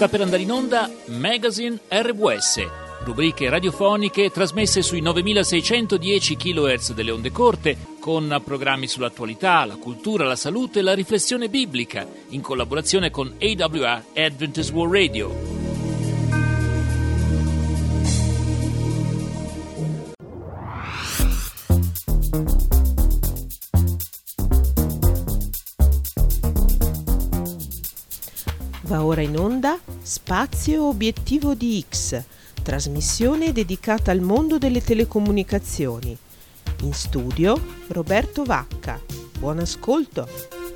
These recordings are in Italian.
Sta per andare in onda Magazine RWS, rubriche radiofoniche trasmesse sui 9610 kHz delle onde corte, con programmi sull'attualità, la cultura, la salute e la riflessione biblica, in collaborazione con AWR Adventist World Radio. Va ora in onda Spazio Obiettivo di X, trasmissione dedicata al mondo delle telecomunicazioni. In studio Roberto Vacca. Buon ascolto.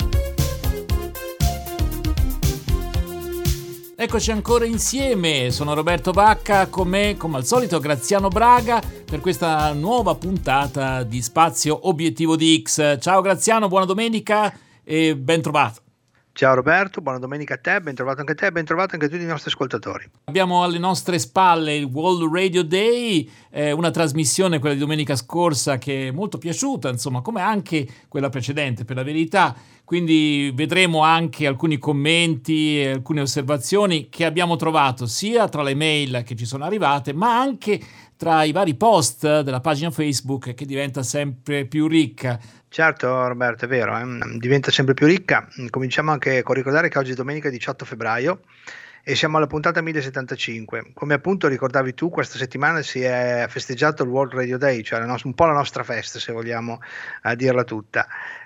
Eccoci ancora insieme, sono Roberto Vacca, con me come al solito Graziano Braga per questa nuova puntata di Spazio Obiettivo di X. Ciao Graziano, buona domenica e ben trovato. Ciao Roberto, buona domenica a te, ben trovato anche te, ben trovato anche tutti i nostri ascoltatori. Abbiamo alle nostre spalle il World Radio Day, una trasmissione, quella di domenica scorsa, che è molto piaciuta, insomma, come anche quella precedente, per la verità. Quindi vedremo anche alcuni commenti e alcune osservazioni che abbiamo trovato sia tra le mail che ci sono arrivate, ma anche tra i vari post della pagina Facebook, che diventa sempre più ricca. Certo Roberto, è vero, diventa sempre più ricca. Cominciamo anche con ricordare che oggi è domenica 18 febbraio e siamo alla puntata 1075. Come appunto ricordavi tu, questa settimana si è festeggiato il World Radio Day, cioè un po' la nostra festa, se vogliamo dirla tutta.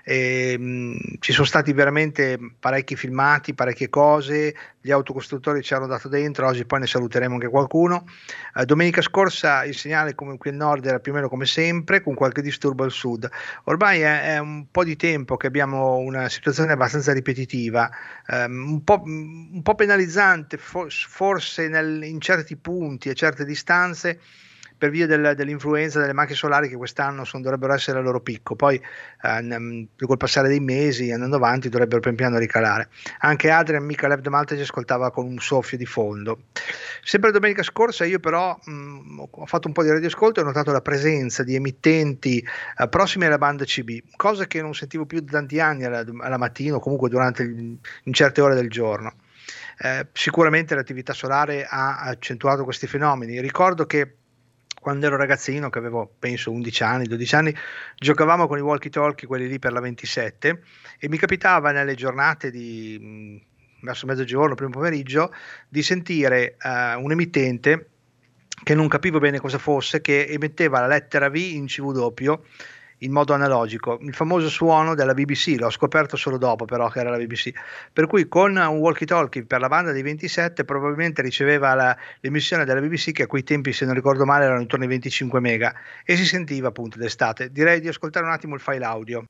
Ci sono stati veramente parecchi filmati, parecchie cose, gli autocostruttori ci hanno dato dentro, oggi poi ne saluteremo anche qualcuno. Domenica scorsa il segnale come qui al nord era più o meno come sempre, con qualche disturbo al sud. Ormai è un po' di tempo che abbiamo una situazione abbastanza ripetitiva, un po' penalizzante forse in certi punti e certe distanze, per via dell'influenza delle macchie solari che quest'anno dovrebbero essere al loro picco, poi col passare dei mesi andando avanti dovrebbero pian piano ricalare. Anche Adrian Michalev de Malta ci ascoltava con un soffio di fondo. Sempre domenica scorsa io però ho fatto un po' di radioascolto e ho notato la presenza di emittenti prossimi alla banda CB, cosa che non sentivo più da tanti anni alla mattina o comunque in certe ore del giorno. Sicuramente l'attività solare ha accentuato questi fenomeni. Ricordo che quando ero ragazzino, che avevo penso 11 anni, 12 anni, giocavamo con i walkie-talkie, quelli lì per la 27, e mi capitava nelle giornate verso mezzogiorno, primo pomeriggio, di sentire un emittente che non capivo bene cosa fosse, che emetteva la lettera V in CW in modo analogico, il famoso suono della BBC. L'ho scoperto solo dopo però che era la BBC, per cui con un walkie-talkie per la banda dei 27 probabilmente riceveva l'emissione della BBC, che a quei tempi, se non ricordo male, erano intorno ai 25 mega, e si sentiva appunto d'estate. Direi di ascoltare un attimo il file audio.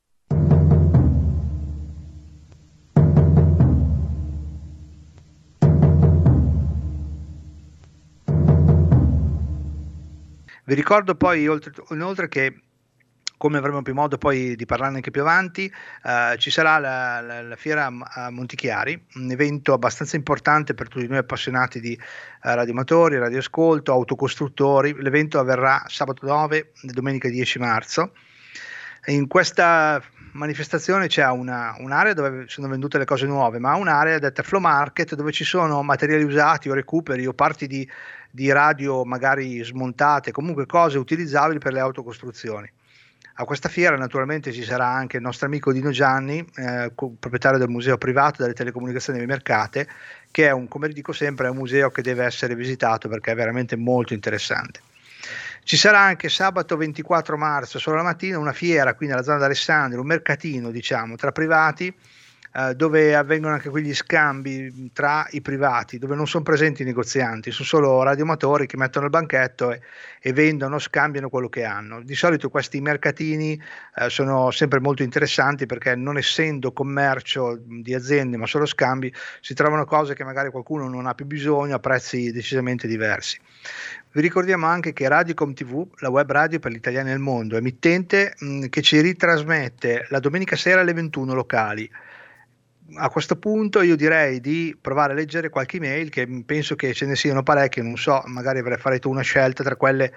Vi ricordo poi inoltre che, come avremo più modo poi di parlarne anche più avanti, ci sarà la fiera a Montichiari, un evento abbastanza importante per tutti noi appassionati di radioamatori, radioascolto, autocostruttori. L'evento avverrà sabato 9 e domenica 10 marzo. In questa manifestazione c'è un'area dove sono vendute le cose nuove, ma un'area detta Flow Market, dove ci sono materiali usati o recuperi o parti di radio magari smontate, comunque cose utilizzabili per le autocostruzioni. A questa fiera naturalmente ci sarà anche il nostro amico Dino Gianni, proprietario del museo privato delle telecomunicazioni e mercate, che è come dico sempre, è un museo che deve essere visitato perché è veramente molto interessante. Ci sarà anche sabato 24 marzo, solo la mattina, una fiera qui nella zona d'Alessandria, un mercatino diciamo tra privati, dove avvengono anche quegli scambi tra i privati, dove non sono presenti i negozianti, sono solo radioamatori che mettono il banchetto e vendono, scambiano quello che hanno. Di solito questi mercatini sono sempre molto interessanti, perché non essendo commercio di aziende ma solo scambi, si trovano cose che magari qualcuno non ha più bisogno a prezzi decisamente diversi. Vi ricordiamo anche che Radiocom TV, la web radio per gli italiani nel mondo, emittente che ci ritrasmette la domenica sera alle 21 locali. A questo punto io direi di provare a leggere qualche email, che penso che ce ne siano parecchie, non so, magari farei tu una scelta tra quelle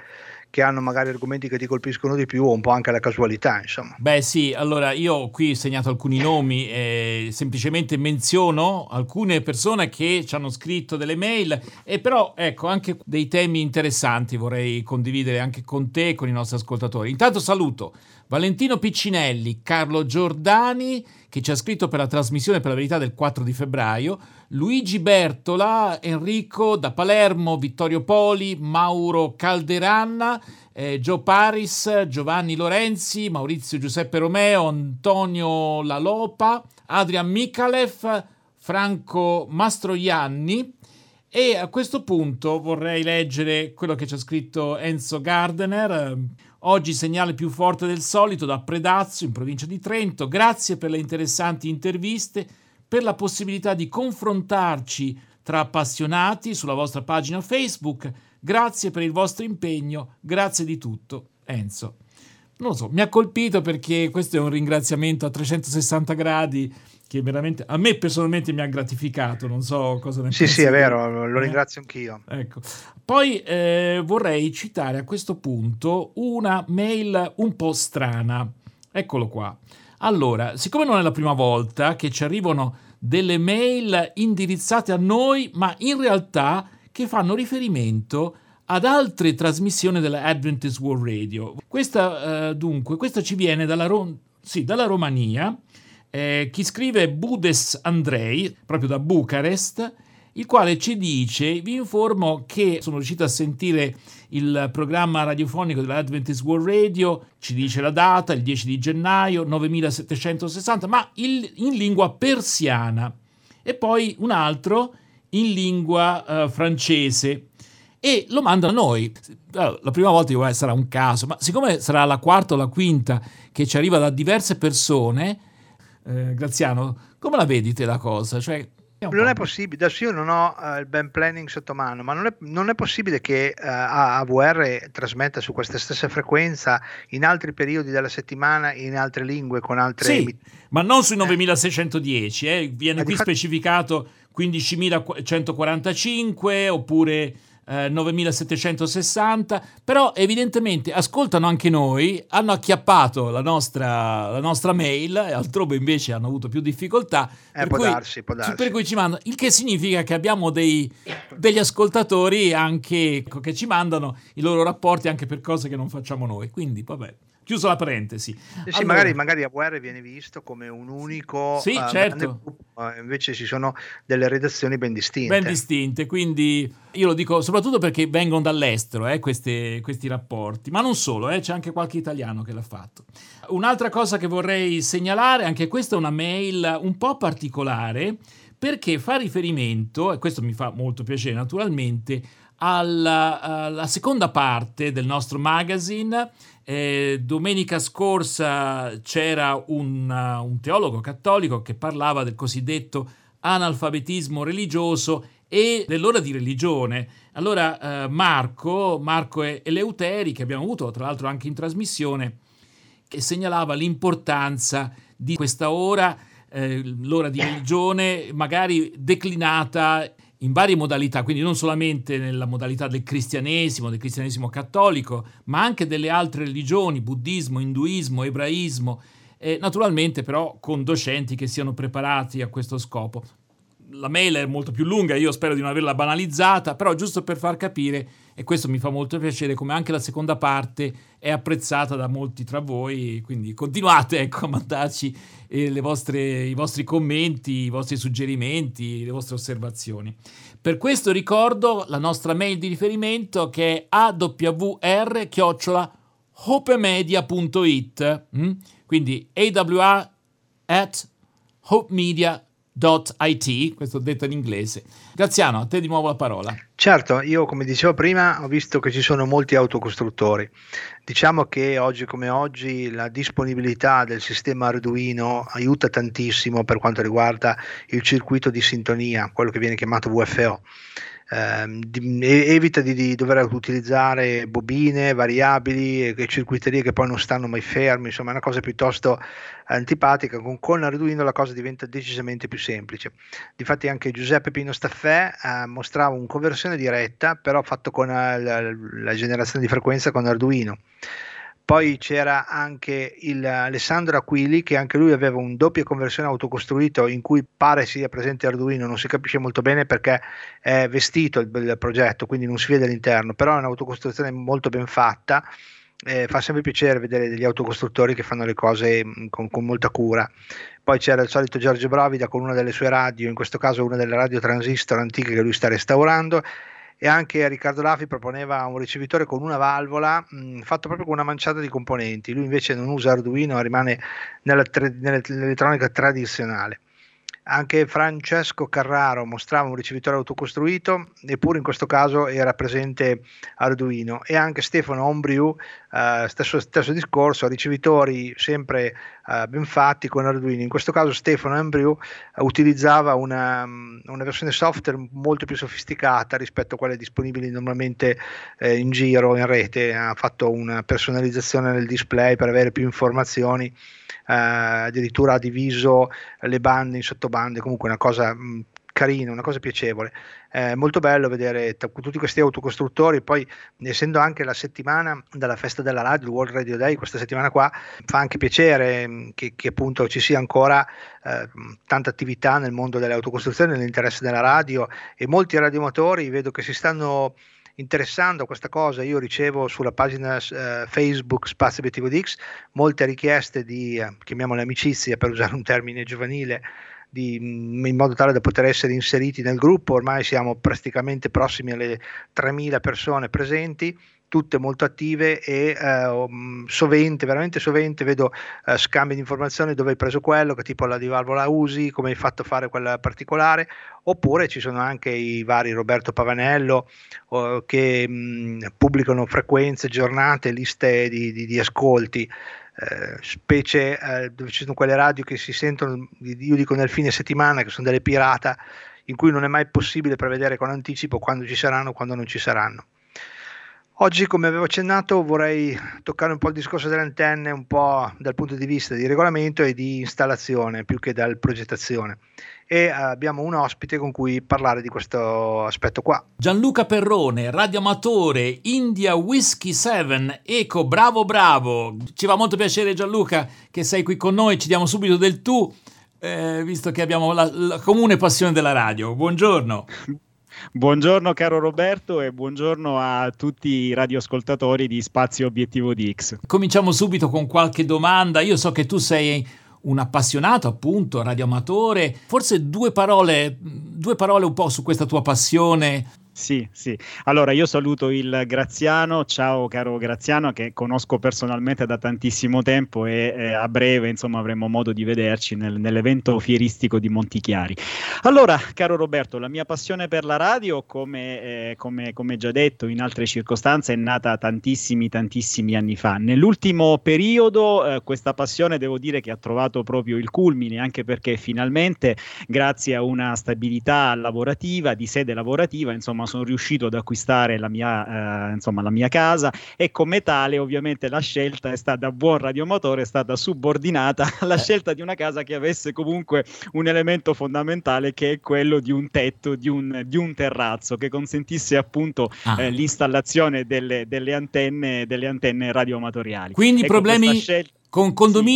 che hanno magari argomenti che ti colpiscono di più, o un po' anche la casualità, insomma. Beh sì, allora io qui ho segnato alcuni nomi, semplicemente menziono alcune persone che ci hanno scritto delle mail, e però ecco anche dei temi interessanti vorrei condividere anche con te e con i nostri ascoltatori. Intanto saluto Valentino Piccinelli, Carlo Giordani, che ci ha scritto per la trasmissione Per la Verità del 4 di febbraio, Luigi Bertola, Enrico da Palermo, Vittorio Poli, Mauro Calderanna, Joe Paris, Giovanni Lorenzi, Maurizio Giuseppe Romeo, Antonio Lalopa, Adrian Mikalev, Franco Mastroianni. E a questo punto vorrei leggere quello che ci ha scritto Enzo Gardener. Oggi segnale più forte del solito da Predazzo, in provincia di Trento. Grazie per le interessanti interviste, per la possibilità di confrontarci tra appassionati sulla vostra pagina Facebook. Grazie per il vostro impegno, grazie di tutto. Enzo. Non lo so, mi ha colpito perché questo è un ringraziamento a 360 gradi che veramente a me personalmente mi ha gratificato, non so cosa ne pensi. Sì, è vero, lo ringrazio anch'io. Ecco. Poi vorrei citare a questo punto una mail un po' strana. Eccolo qua. Allora, siccome non è la prima volta che ci arrivano delle mail indirizzate a noi, ma in realtà che fanno riferimento ad altre trasmissioni della Adventist World Radio. Questa ci viene dalla Romania. Chi scrive è Budes Andrei, proprio da Bucarest, il quale ci dice: vi informo che sono riuscito a sentire il programma radiofonico della Adventist World Radio, ci dice la data, il 10 di gennaio, 9760, ma in lingua persiana, e poi un altro in lingua francese, e lo manda a noi. Allora, la prima volta dico, sarà un caso, ma siccome sarà la quarta o la quinta che ci arriva da diverse persone, Graziano, come la vedi te la cosa? Cioè, non è possibile, adesso io non ho il band planning sotto mano, ma non è possibile che AWR trasmetta su questa stessa frequenza in altri periodi della settimana, in altre lingue, con altre... Sì, ma non sui 9610, viene qui specificato 15145 oppure 9760, però evidentemente ascoltano anche noi, hanno acchiappato la nostra mail, e altrove invece hanno avuto più difficoltà, può darsi. Per cui ci mandano, il che significa che abbiamo degli ascoltatori anche che ci mandano i loro rapporti anche per cose che non facciamo noi, quindi vabbè. Chiuso la parentesi. Sì, allora, magari AWR viene visto come un unico, sì, certo. Invece ci sono delle redazioni ben distinte. Quindi io lo dico soprattutto perché vengono dall'estero questi rapporti, ma non solo, c'è anche qualche italiano che l'ha fatto. Un'altra cosa che vorrei segnalare, anche questa è una mail un po' particolare, perché fa riferimento, e questo mi fa molto piacere naturalmente, alla seconda parte del nostro magazine. Domenica scorsa c'era un teologo cattolico che parlava del cosiddetto analfabetismo religioso e dell'ora di religione. Allora Marco Eleuteri, che abbiamo avuto tra l'altro anche in trasmissione, che segnalava l'importanza di questa ora, l'ora di religione, magari declinata in varie modalità, quindi non solamente nella modalità del cristianesimo cattolico, ma anche delle altre religioni, buddismo, induismo, ebraismo, naturalmente però con docenti che siano preparati a questo scopo. La mail è molto più lunga, io spero di non averla banalizzata, però giusto per far capire, e questo mi fa molto piacere, come anche la seconda parte è apprezzata da molti tra voi, quindi continuate a mandarci i vostri commenti, i vostri suggerimenti, le vostre osservazioni. Per questo ricordo la nostra mail di riferimento, che è awr@hopemedia.it, quindi awr@hopemedia.it, questo detto in inglese. Graziano, a te di nuovo la parola. Certo, io come dicevo prima ho visto che ci sono molti autocostruttori. Diciamo che oggi come oggi la disponibilità del sistema Arduino aiuta tantissimo per quanto riguarda il circuito di sintonia, quello che viene chiamato VFO. evita di dover utilizzare bobine, variabili e circuiterie che poi non stanno mai fermi, insomma è una cosa piuttosto antipatica. Con Arduino la cosa diventa decisamente più semplice. Difatti anche Giuseppe Pino Staffè mostrava un conversione diretta, però fatto con la generazione di frequenza con Arduino. Poi c'era anche Alessandro Aquili, che anche lui aveva un doppia conversione autocostruito in cui pare sia presente Arduino, non si capisce molto bene perché è vestito il progetto, quindi non si vede all'interno, però è un'autocostruzione molto ben fatta. Fa sempre piacere vedere degli autocostruttori che fanno le cose con molta cura. Poi c'era il solito Giorgio Bravida con una delle sue radio, in questo caso una delle radio transistor antiche che lui sta restaurando, e anche Riccardo Laffi proponeva un ricevitore con una valvola fatto proprio con una manciata di componenti. Lui invece non usa Arduino, rimane nell'elettronica tradizionale. Anche Francesco Carraro mostrava un ricevitore autocostruito, eppure in questo caso era presente Arduino, e anche Stefano Ombriu, stesso discorso, ricevitori sempre ben fatti con Arduino. In questo caso Stefano Ombriu utilizzava una versione software molto più sofisticata rispetto a quelle disponibili normalmente in giro, in rete. Ha fatto una personalizzazione del display per avere più informazioni. Addirittura ha diviso le bande in sottobande, comunque una cosa carina, una cosa piacevole. Molto bello vedere tutti questi autocostruttori. Poi, essendo anche la settimana della festa della radio, il World Radio Day, questa settimana qua, fa anche piacere che appunto ci sia ancora tanta attività nel mondo delle autocostruzioni, nell'interesse della radio, e molti radioamatori vedo che si stanno interessando a questa cosa. Io ricevo sulla pagina Facebook Spazio Obiettivo di X molte richieste di, chiamiamole amicizia per usare un termine giovanile, in modo tale da poter essere inseriti nel gruppo. Ormai siamo praticamente prossimi alle 3.000 persone presenti, tutte molto attive, e veramente sovente vedo scambi di informazioni: dove hai preso quello, che tipo di valvola usi, come hai fatto a fare quella particolare. Oppure ci sono anche i vari Roberto Pavanello che pubblicano frequenze, giornate, liste di ascolti, specie dove ci sono quelle radio che si sentono, io dico nel fine settimana, che sono delle pirata, in cui non è mai possibile prevedere con anticipo quando ci saranno, quando non ci saranno. Oggi, come avevo accennato, vorrei toccare un po' il discorso delle antenne, un po' dal punto di vista di regolamento e di installazione più che dal progettazione, e abbiamo un ospite con cui parlare di questo aspetto qua. Gianluca Perrone, radioamatore, India Whiskey 7, Eco, bravo, ci fa molto piacere Gianluca che sei qui con noi, ci diamo subito del tu, visto che abbiamo la comune passione della radio. Buongiorno. Buongiorno caro Roberto, e buongiorno a tutti i radioascoltatori di Spazio Obiettivo di X. Cominciamo subito con qualche domanda. Io so che tu sei un appassionato, appunto, radioamatore. Forse due parole un po' su questa tua passione. Sì. Allora io saluto il Graziano, ciao caro Graziano, che conosco personalmente da tantissimo tempo, e a breve insomma avremo modo di vederci nell'evento fieristico di Montichiari. Allora caro Roberto, la mia passione per la radio, come già detto in altre circostanze, è nata tantissimi anni fa. Nell'ultimo periodo questa passione devo dire che ha trovato proprio il culmine, anche perché finalmente, grazie a una stabilità lavorativa, di sede lavorativa, insomma sono riuscito ad acquistare la mia casa, e come tale ovviamente la scelta è stata, buon radioamatore, è stata subordinata alla scelta di una casa che avesse comunque un elemento fondamentale, che è quello di un tetto, di un terrazzo, che consentisse appunto l'installazione delle antenne radioamatoriali. Quindi ecco, problemi con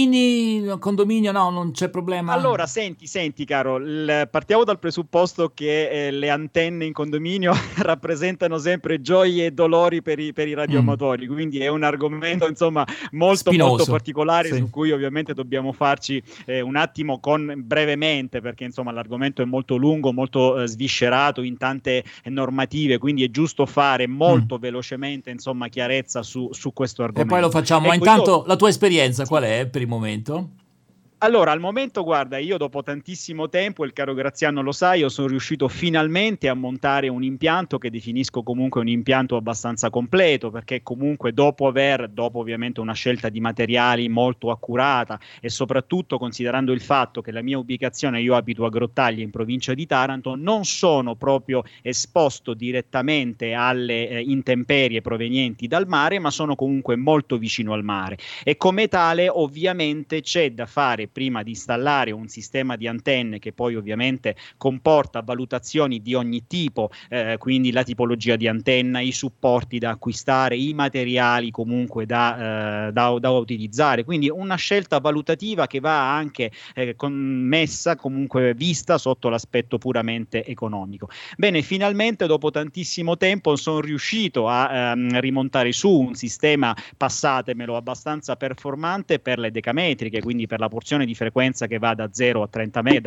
condominio no, non c'è problema. Allora, senti caro, partiamo dal presupposto che le antenne in condominio rappresentano sempre gioie e dolori per i radioamatori, quindi è un argomento insomma molto particolare, sì, su cui ovviamente dobbiamo farci un attimo brevemente, perché insomma l'argomento è molto lungo, molto sviscerato in tante normative, quindi è giusto fare molto velocemente insomma chiarezza su questo argomento. E poi lo facciamo. Ma intanto la tua esperienza qual è per il momento? Allora, al momento, guarda, io dopo tantissimo tempo, il caro Graziano lo sa, io sono riuscito finalmente a montare un impianto che definisco comunque un impianto abbastanza completo, perché comunque dopo ovviamente una scelta di materiali molto accurata e soprattutto considerando il fatto che la mia ubicazione, io abito a Grottaglie in provincia di Taranto, non sono proprio esposto direttamente alle intemperie provenienti dal mare, ma sono comunque molto vicino al mare e come tale ovviamente c'è da fare prima di installare un sistema di antenne che poi ovviamente comporta valutazioni di ogni tipo, quindi la tipologia di antenna, i supporti da acquistare, i materiali comunque da utilizzare, quindi una scelta valutativa che va anche messa comunque vista sotto l'aspetto puramente economico. Bene, finalmente dopo tantissimo tempo sono riuscito a rimontare su un sistema, passatemelo, abbastanza performante per le decametriche, quindi per la porzione di frequenza che va da 0 a 30 metri,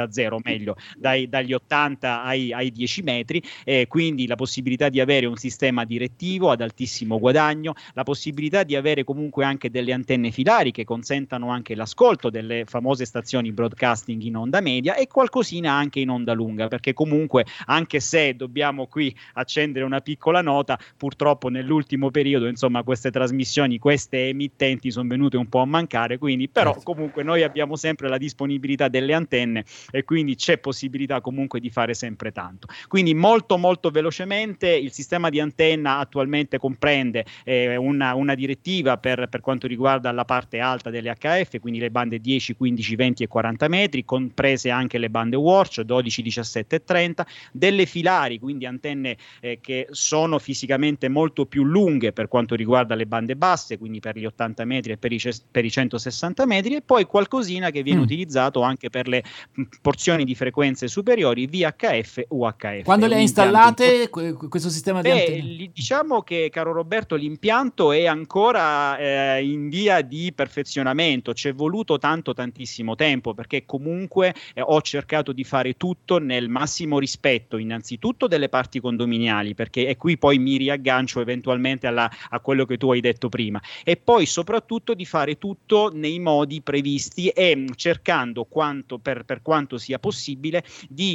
dagli 80 ai 10 metri, quindi la possibilità di avere un sistema direttivo ad altissimo guadagno, la possibilità di avere comunque anche delle antenne filari che consentano anche l'ascolto delle famose stazioni broadcasting in onda media e qualcosina anche in onda lunga, perché comunque anche se dobbiamo qui accendere una piccola nota, purtroppo nell'ultimo periodo insomma queste trasmissioni, queste emittenti sono venute un po' a mancare, quindi però comunque noi abbiamo sempre la disponibilità delle antenne e quindi c'è possibilità comunque di fare sempre tanto. Quindi molto molto velocemente il sistema di antenna attualmente comprende una direttiva per quanto riguarda la parte alta delle HF, quindi le bande 10, 15, 20 e 40 metri, comprese anche le bande Watch 12, 17 e 30, delle filari, quindi antenne che sono fisicamente molto più lunghe per quanto riguarda le bande basse, quindi per gli 80 metri e per i 160 metri, e poi qualcosina che viene utilizzato anche per le porzioni di frequenze superiori VHF UHF. Quando le hai installate questo sistema di antenne? Diciamo che, caro Roberto, l'impianto è ancora in via di perfezionamento, ci è voluto tantissimo tempo, perché comunque ho cercato di fare tutto nel massimo rispetto innanzitutto delle parti condominiali, perché e qui poi mi riaggancio eventualmente a quello che tu hai detto prima, e poi soprattutto di fare tutto nei modi previsti e cercando per quanto sia possibile di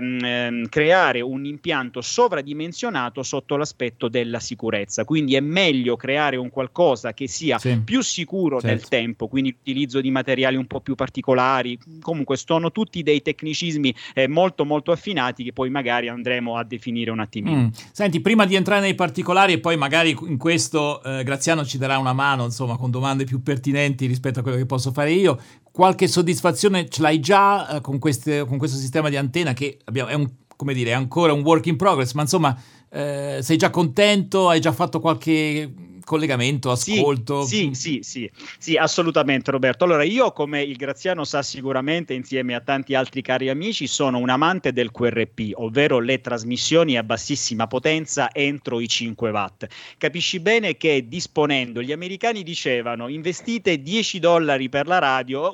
creare un impianto sovradimensionato sotto l'aspetto della sicurezza. Quindi è meglio creare un qualcosa che sia più sicuro nel tempo, quindi l'utilizzo di materiali un po' più particolari. Comunque sono tutti dei tecnicismi molto molto affinati che poi magari andremo a definire un attimino. Senti, prima di entrare nei particolari e poi magari in questo Graziano ci darà una mano, insomma, con domande più pertinenti rispetto a quello che posso fare io, qualche soddisfazione ce l'hai già con questo sistema di antenna che è ancora un work in progress, ma insomma sei già contento? Hai già fatto qualche collegamento, ascolto? Sì, assolutamente, Roberto. Allora, io, come il Graziano sa sicuramente, insieme a tanti altri cari amici, sono un amante del QRP, ovvero le trasmissioni a bassissima potenza entro i 5 watt. Capisci bene che disponendo, gli americani dicevano investite $10 per la radio,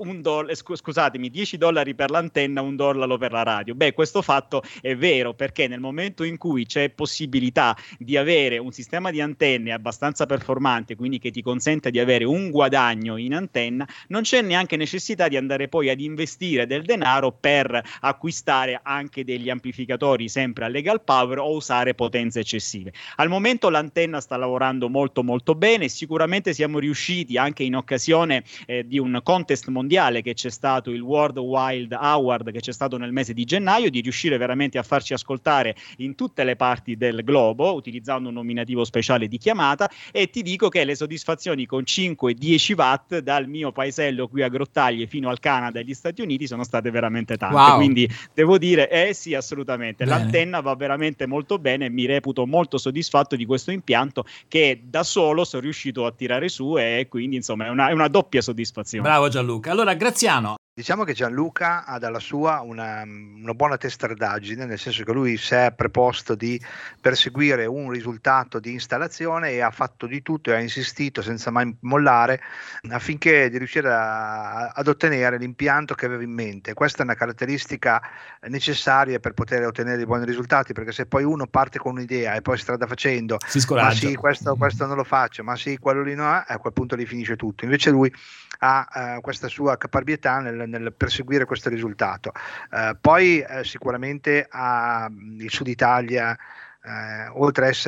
$10 per l'antenna, $1 per la radio. Beh, questo fatto è vero, perché nel momento in cui c'è possibilità di avere un sistema di antenne abbastanza performante, quindi che ti consente di avere un guadagno in antenna, non c'è neanche necessità di andare poi ad investire del denaro per acquistare anche degli amplificatori sempre a legal power o usare potenze eccessive. Al momento l'antenna sta lavorando molto molto bene, sicuramente siamo riusciti anche in occasione di un contest mondiale che c'è stato, il World Wild Award, che c'è stato nel mese di gennaio, di riuscire veramente a farci ascoltare in tutte le parti del globo utilizzando un nominativo speciale di chiamata, e ti dico che le soddisfazioni con 5 e 10 watt dal mio paesello qui a Grottaglie fino al Canada e agli Stati Uniti sono state veramente tante. Wow. Quindi devo dire sì, assolutamente. Bene. L'antenna va veramente molto bene e mi reputo molto soddisfatto di questo impianto che da solo sono riuscito a tirare su, e quindi insomma è una doppia soddisfazione. Bravo Gianluca. Allora, Graziano. Diciamo che Gianluca ha dalla sua una buona testardaggine, nel senso che lui si è preposto di perseguire un risultato di installazione e ha fatto di tutto e ha insistito senza mai mollare affinché di riuscire ad ottenere l'impianto che aveva in mente. Questa è una caratteristica necessaria per poter ottenere dei buoni risultati, perché se poi uno parte con un'idea e poi strada facendo, si scoraggia. Ma sì, questo non lo faccio, ma sì, quello lì no, a quel punto lì finisce tutto. Invece lui ha questa sua caparbietà nel nel perseguire questo risultato. Poi sicuramente il Sud Italia, oltre a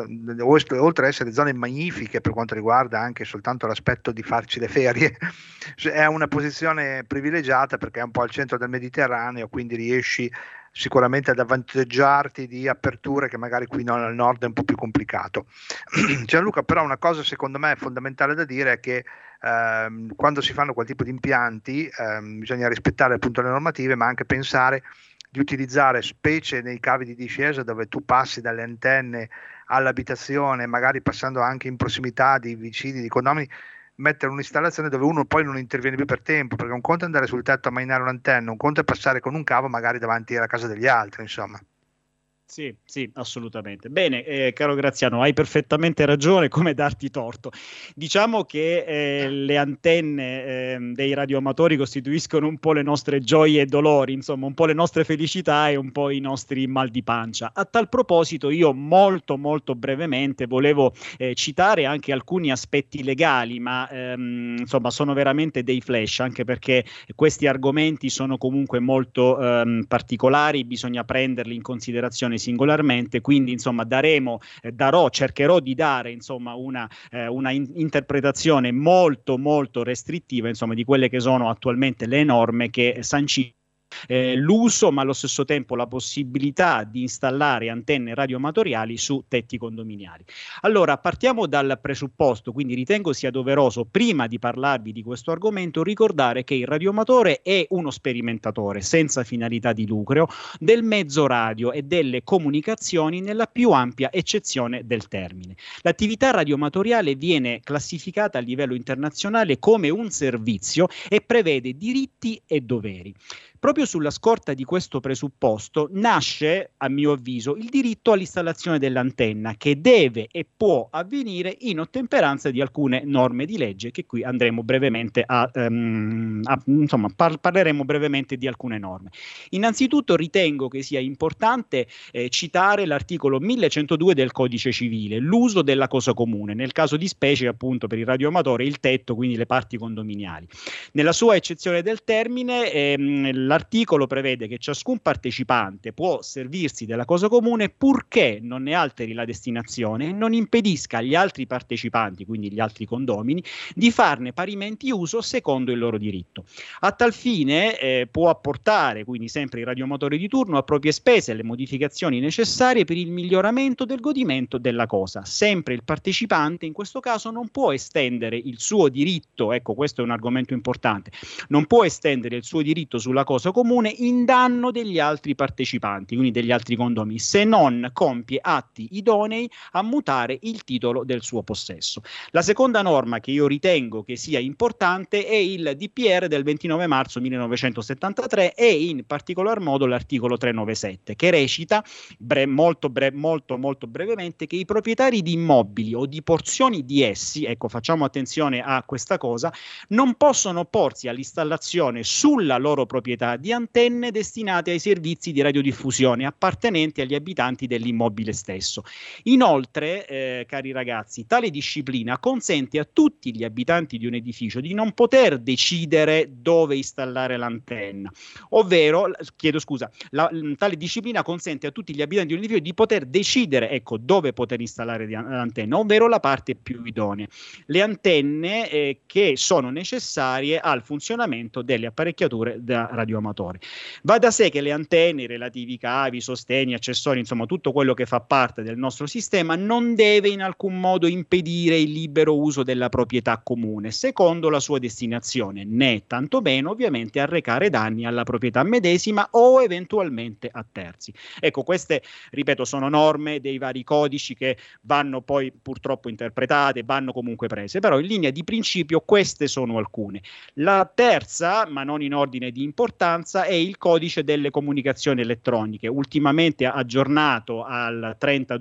essere zone magnifiche per quanto riguarda anche soltanto l'aspetto di farci le ferie, è una posizione privilegiata perché è un po' al centro del Mediterraneo, quindi riesci sicuramente ad avvantaggiarti di aperture che magari qui al nord è un po' più complicato. Gianluca, però una cosa secondo me fondamentale da dire è che quando si fanno quel tipo di impianti bisogna rispettare appunto le normative, ma anche pensare di utilizzare, specie nei cavi di discesa dove tu passi dalle antenne all'abitazione, magari passando anche in prossimità di vicini, di condomini, mettere un'installazione dove uno poi non interviene più per tempo, perché un conto è andare sul tetto a mainare un'antenna, un conto è passare con un cavo magari davanti alla casa degli altri, insomma. Sì, sì, assolutamente. Bene, caro Graziano, hai perfettamente ragione, come darti torto. Diciamo che le antenne dei radioamatori costituiscono un po' le nostre gioie e dolori, insomma, un po' le nostre felicità e un po' i nostri mal di pancia. A tal proposito, io molto, molto brevemente volevo citare anche alcuni aspetti legali, ma insomma, sono veramente dei flash, anche perché questi argomenti sono comunque molto particolari, bisogna prenderli in considerazione singolarmente, quindi insomma cercherò di dare insomma una interpretazione molto molto restrittiva insomma di quelle che sono attualmente le norme che sanciscono l'uso ma allo stesso tempo la possibilità di installare antenne radioamatoriali su tetti condominiali. Allora partiamo dal presupposto, quindi ritengo sia doveroso prima di parlarvi di questo argomento ricordare che il radioamatore è uno sperimentatore senza finalità di lucro del mezzo radio e delle comunicazioni nella più ampia eccezione del termine. L'attività radioamatoriale viene classificata a livello internazionale come un servizio e prevede diritti e doveri. Proprio sulla scorta di questo presupposto nasce, a mio avviso, il diritto all'installazione dell'antenna che deve e può avvenire in ottemperanza di alcune norme di legge che qui andremo brevemente parleremo brevemente di alcune norme. Innanzitutto ritengo che sia importante citare l'articolo 1102 del Codice Civile, l'uso della cosa comune, nel caso di specie appunto per il radioamatore il tetto, quindi le parti condominiali. Nella sua eccezione del termine l'articolo prevede che ciascun partecipante può servirsi della cosa comune purché non ne alteri la destinazione e non impedisca agli altri partecipanti, quindi gli altri condomini, di farne parimenti uso secondo il loro diritto. A tal fine può apportare, quindi sempre il radioamatore di turno, a proprie spese le modificazioni necessarie per il miglioramento del godimento della cosa. Sempre il partecipante in questo caso non può estendere il suo diritto, ecco questo è un argomento importante, non può estendere il suo diritto sulla cosa comune in danno degli altri partecipanti, quindi degli altri condomini, se non compie atti idonei a mutare il titolo del suo possesso. La seconda norma che io ritengo che sia importante è il DPR del 29 marzo 1973 e in particolar modo l'articolo 397 che recita molto brevemente che i proprietari di immobili o di porzioni di essi, ecco facciamo attenzione a questa cosa, non possono opporsi all'installazione sulla loro proprietà di antenne destinate ai servizi di radiodiffusione appartenenti agli abitanti dell'immobile stesso. Inoltre, cari ragazzi, tale disciplina consente a tutti gli abitanti di un edificio di non poter decidere dove installare l'antenna, ovvero, tale disciplina consente a tutti gli abitanti di un edificio di poter decidere, ecco, dove poter installare l'antenna, ovvero la parte più idonea. Le antenne che sono necessarie al funzionamento delle apparecchiature da radioamatore. Va da sé che le antenne, i relativi cavi, i sostegni, accessori, insomma tutto quello che fa parte del nostro sistema non deve in alcun modo impedire il libero uso della proprietà comune secondo la sua destinazione, né tantomeno ovviamente arrecare danni alla proprietà medesima o eventualmente a terzi. Ecco, queste, ripeto, sono norme dei vari codici che vanno poi purtroppo interpretate, vanno comunque prese, però in linea di principio queste sono alcune. La terza, ma non in ordine di importanza, sostanza è il codice delle comunicazioni elettroniche, ultimamente aggiornato al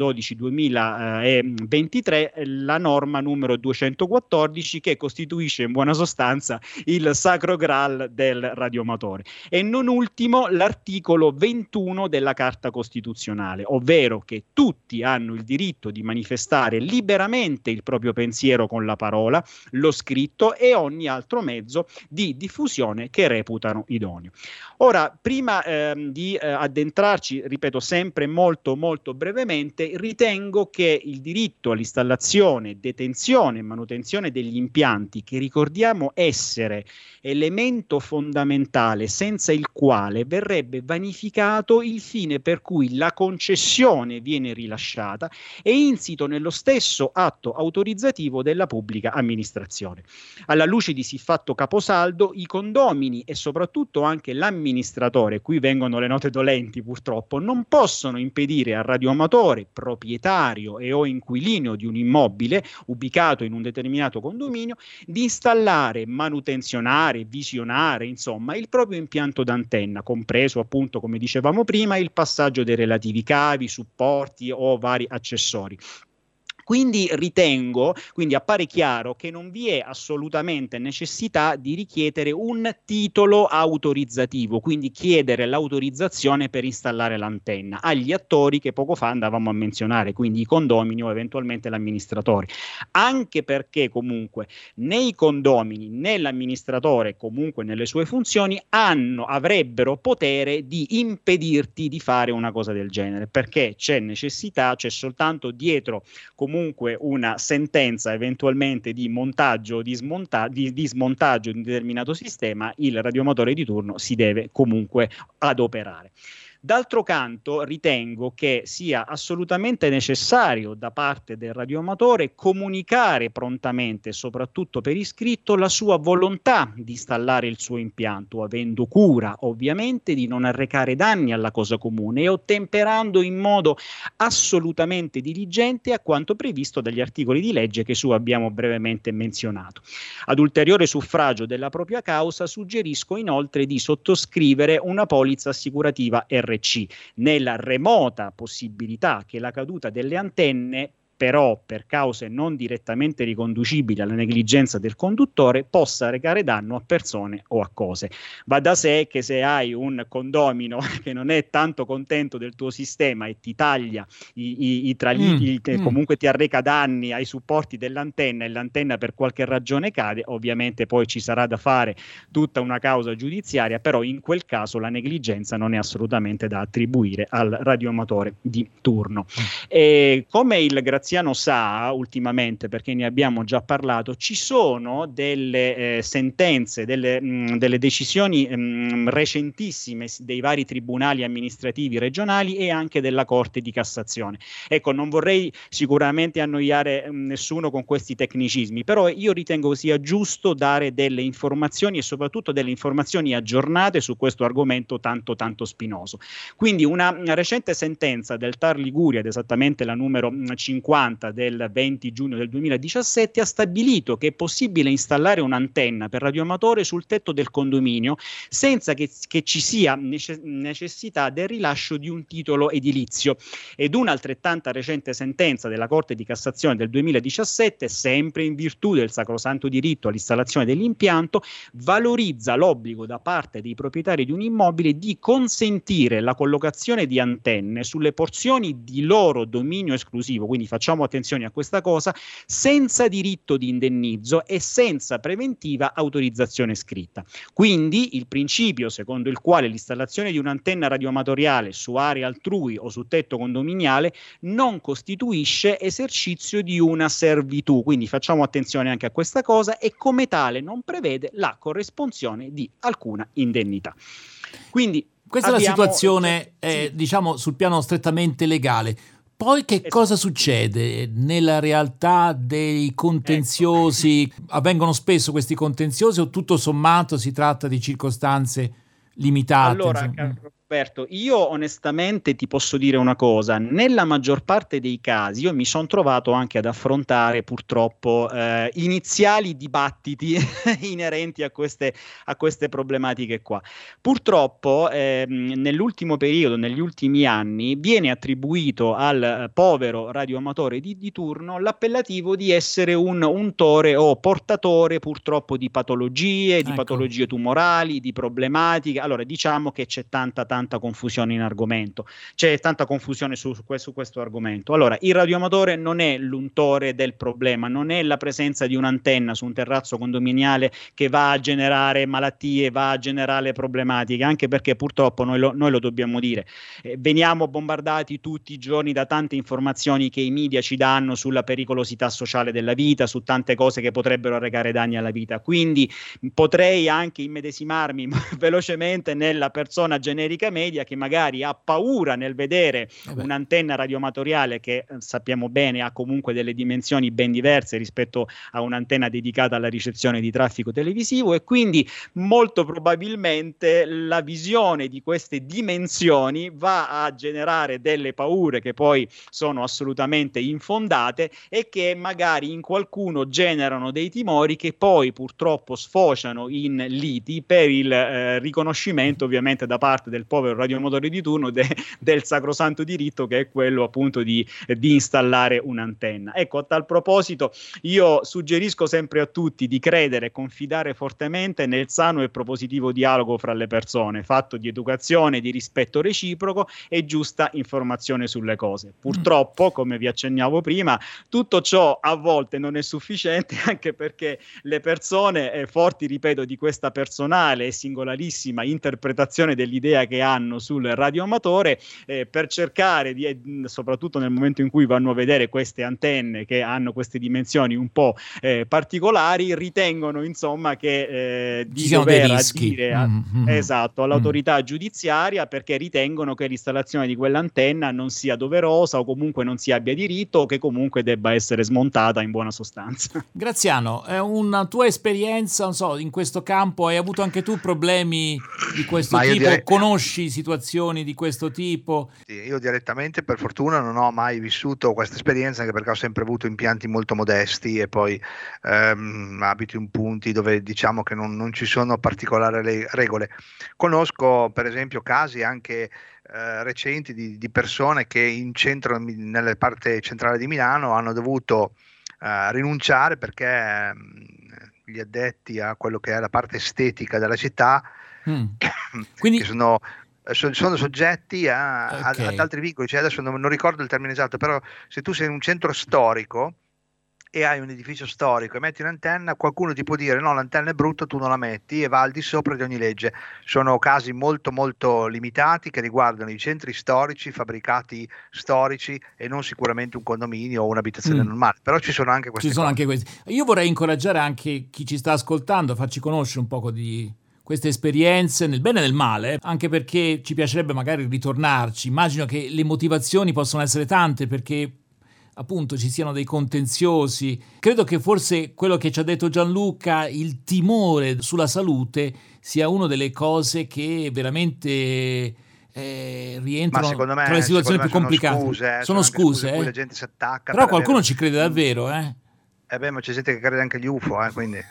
30/12/2023, la norma numero 214, che costituisce in buona sostanza il sacro graal del radioamatore. E non ultimo l'articolo 21 della Carta Costituzionale, ovvero che tutti hanno il diritto di manifestare liberamente il proprio pensiero con la parola, lo scritto e ogni altro mezzo di diffusione che reputano idoneo. Ora, prima di addentrarci, ripeto sempre molto molto brevemente, ritengo che il diritto all'installazione, detenzione e manutenzione degli impianti, che ricordiamo essere elemento fondamentale senza il quale verrebbe vanificato il fine per cui la concessione viene rilasciata e insito nello stesso atto autorizzativo della pubblica amministrazione. Alla luce di siffatto caposaldo, i condomini e soprattutto anche l'amministratore, qui vengono le note dolenti purtroppo, non possono impedire al radioamatore, proprietario e o inquilino di un immobile ubicato in un determinato condominio, di installare, manutenzionare, visionare, insomma, il proprio impianto d'antenna, compreso appunto, come dicevamo prima, il passaggio dei relativi cavi, supporti o vari accessori. Quindi appare chiaro che non vi è assolutamente necessità di richiedere un titolo autorizzativo, quindi chiedere l'autorizzazione per installare l'antenna agli attori che poco fa andavamo a menzionare, quindi i condomini o eventualmente l'amministratore, anche perché comunque né i condomini né l'amministratore, comunque nelle sue funzioni, avrebbero potere di impedirti di fare una cosa del genere, perché c'è soltanto dietro comunque una sentenza eventualmente di montaggio o di smontaggio di un determinato sistema, il radioamatore di turno si deve comunque adoperare. D'altro canto, ritengo che sia assolutamente necessario da parte del radioamatore comunicare prontamente, soprattutto per iscritto, la sua volontà di installare il suo impianto, avendo cura ovviamente di non arrecare danni alla cosa comune e ottemperando in modo assolutamente diligente a quanto previsto dagli articoli di legge che abbiamo brevemente menzionato. Ad ulteriore suffragio della propria causa, suggerisco inoltre di sottoscrivere una polizza assicurativa RC, nella remota possibilità che la caduta delle antenne, però per cause non direttamente riconducibili alla negligenza del conduttore, possa recare danno a persone o a cose. Va da sé che se hai un condomino che non è tanto contento del tuo sistema e ti taglia comunque ti arreca danni ai supporti dell'antenna e l'antenna per qualche ragione cade, ovviamente poi ci sarà da fare tutta una causa giudiziaria, però in quel caso la negligenza non è assolutamente da attribuire al radioamatore di turno. E come il Graziano sa ultimamente, perché ne abbiamo già parlato, ci sono delle sentenze, delle decisioni recentissime dei vari tribunali amministrativi regionali e anche della Corte di Cassazione. Ecco, non vorrei sicuramente annoiare nessuno con questi tecnicismi, però io ritengo sia giusto dare delle informazioni e soprattutto delle informazioni aggiornate su questo argomento tanto tanto spinoso. Quindi una recente sentenza del TAR Liguria, ed esattamente la numero 50 del 20 giugno del 2017, ha stabilito che è possibile installare un'antenna per radioamatore sul tetto del condominio senza che ci sia necessità del rilascio di un titolo edilizio. Ed una altrettanta recente sentenza della Corte di Cassazione del 2017, sempre in virtù del sacrosanto diritto all'installazione dell'impianto, valorizza l'obbligo da parte dei proprietari di un immobile di consentire la collocazione di antenne sulle porzioni di loro dominio esclusivo, quindi facciamo attenzione a questa cosa, senza diritto di indennizzo e senza preventiva autorizzazione scritta. Quindi il principio secondo il quale l'installazione di un'antenna radioamatoriale su area altrui o su tetto condominiale non costituisce esercizio di una servitù, quindi facciamo attenzione anche a questa cosa, e come tale non prevede la corresponsione di alcuna indennità. Quindi questa è la situazione, diciamo, sul piano strettamente legale. Poi che cosa succede nella realtà dei contenziosi? Avvengono spesso questi contenziosi o tutto sommato si tratta di circostanze limitate? Allora, Roberto, io onestamente ti posso dire una cosa: nella maggior parte dei casi io mi sono trovato anche ad affrontare purtroppo iniziali dibattiti inerenti a queste problematiche qua. Purtroppo nell'ultimo periodo, negli ultimi anni, viene attribuito al povero radioamatore di turno l'appellativo di essere un untore o portatore purtroppo di patologie, di patologie tumorali, di problematiche. Allora, diciamo che c'è tanta confusione in argomento, c'è tanta confusione su questo argomento. Allora, il radioamatore non è l'untore del problema, non è la presenza di un'antenna su un terrazzo condominiale che va a generare malattie, va a generare problematiche, anche perché purtroppo noi lo dobbiamo dire, veniamo bombardati tutti i giorni da tante informazioni che i media ci danno sulla pericolosità sociale della vita, su tante cose che potrebbero arrecare danni alla vita. Quindi potrei anche immedesimarmi velocemente nella persona generica media che magari ha paura nel vedere un'antenna radioamatoriale che sappiamo bene ha comunque delle dimensioni ben diverse rispetto a un'antenna dedicata alla ricezione di traffico televisivo, e quindi molto probabilmente la visione di queste dimensioni va a generare delle paure che poi sono assolutamente infondate e che magari in qualcuno generano dei timori che poi purtroppo sfociano in liti per il riconoscimento ovviamente da parte del povero radioamatore di turno del sacrosanto diritto che è quello appunto di installare un'antenna. Ecco, a tal proposito io suggerisco sempre a tutti di credere e confidare fortemente nel sano e propositivo dialogo fra le persone, fatto di educazione, di rispetto reciproco e giusta informazione sulle cose. Purtroppo, come vi accennavo prima, tutto ciò a volte non è sufficiente, anche perché le persone forti, ripeto, di questa personale e singolarissima interpretazione dell'idea che hanno sul radioamatore, per cercare di, soprattutto nel momento in cui vanno a vedere queste antenne che hanno queste dimensioni un po' particolari, ritengono insomma che di dover adire esatto, all'autorità giudiziaria, perché ritengono che l'installazione di quell'antenna non sia doverosa o comunque non si abbia diritto o che comunque debba essere smontata in buona sostanza. Graziano, è una tua esperienza, non so, in questo campo hai avuto anche tu problemi di questo tipo? Conosci situazioni di questo tipo? Sì, io direttamente per fortuna non ho mai vissuto questa esperienza, anche perché ho sempre avuto impianti molto modesti e poi abito in punti dove diciamo che non ci sono particolari regole. Conosco per esempio casi anche recenti di persone che in centro, nella parte centrale di Milano, hanno dovuto rinunciare perché gli addetti a quello che è la parte estetica della città Quindi che sono soggetti ad altri vincoli. Cioè adesso non ricordo il termine esatto, però se tu sei in un centro storico e hai un edificio storico e metti un'antenna, qualcuno ti può dire no, l'antenna è brutta, tu non la metti, e va al di sopra di ogni legge. Sono casi molto molto limitati che riguardano i centri storici, fabbricati storici, e non sicuramente un condominio o un'abitazione normale, però ci sono anche queste cose. Anche questi. Io vorrei incoraggiare anche chi ci sta ascoltando a farci conoscere un poco di queste esperienze, nel bene e nel male, anche perché ci piacerebbe magari ritornarci. Immagino che le motivazioni possono essere tante, perché appunto ci siano dei contenziosi. Credo che forse quello che ci ha detto Gianluca, il timore sulla salute, sia una delle cose che veramente rientrano tra le situazioni più complicate. Sono scuse, cui la gente si attacca. Però qualcuno ci crede davvero, ma c'è gente che crede anche agli UFO, quindi.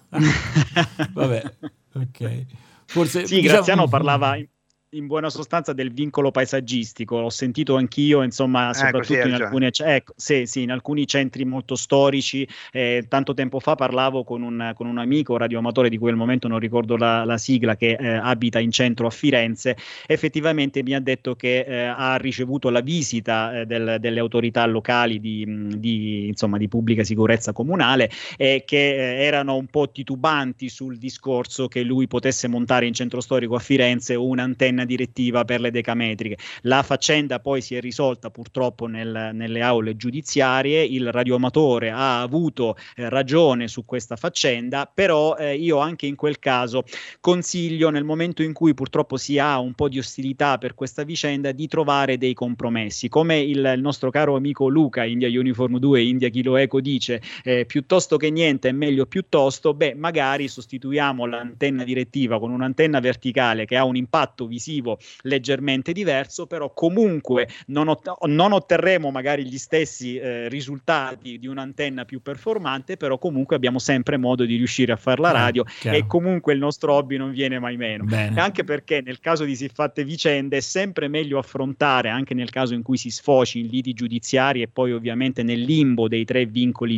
Vabbè, ok. Forse, sì, Graziano parlava in buona sostanza del vincolo paesaggistico, l'ho sentito anch'io, insomma, soprattutto in alcuni, in alcuni centri molto storici. Tanto tempo fa parlavo con un amico radioamatore di cui al momento non ricordo la sigla, che abita in centro a Firenze. Effettivamente mi ha detto che ha ricevuto la visita delle autorità locali di pubblica sicurezza comunale, e che erano un po' titubanti sul discorso che lui potesse montare in centro storico a Firenze un'antenna direttiva per le decametriche. La faccenda poi si è risolta purtroppo nelle aule giudiziarie. Il radioamatore ha avuto ragione su questa faccenda, però io anche in quel caso consiglio, nel momento in cui purtroppo si ha un po' di ostilità per questa vicenda, di trovare dei compromessi, come il nostro caro amico Luca, India Uniform 2, India Kilo Eco, dice piuttosto che niente è meglio piuttosto. Magari sostituiamo l'antenna direttiva con un'antenna verticale che ha un impatto visivo successivo leggermente diverso, però comunque non otterremo magari gli stessi risultati di un'antenna più performante, però comunque abbiamo sempre modo di riuscire a fare la radio, e comunque il nostro hobby non viene mai meno. Anche perché nel caso di siffatte vicende è sempre meglio affrontare, anche nel caso in cui si sfoci in liti giudiziari e poi ovviamente nel limbo dei 3 vincoli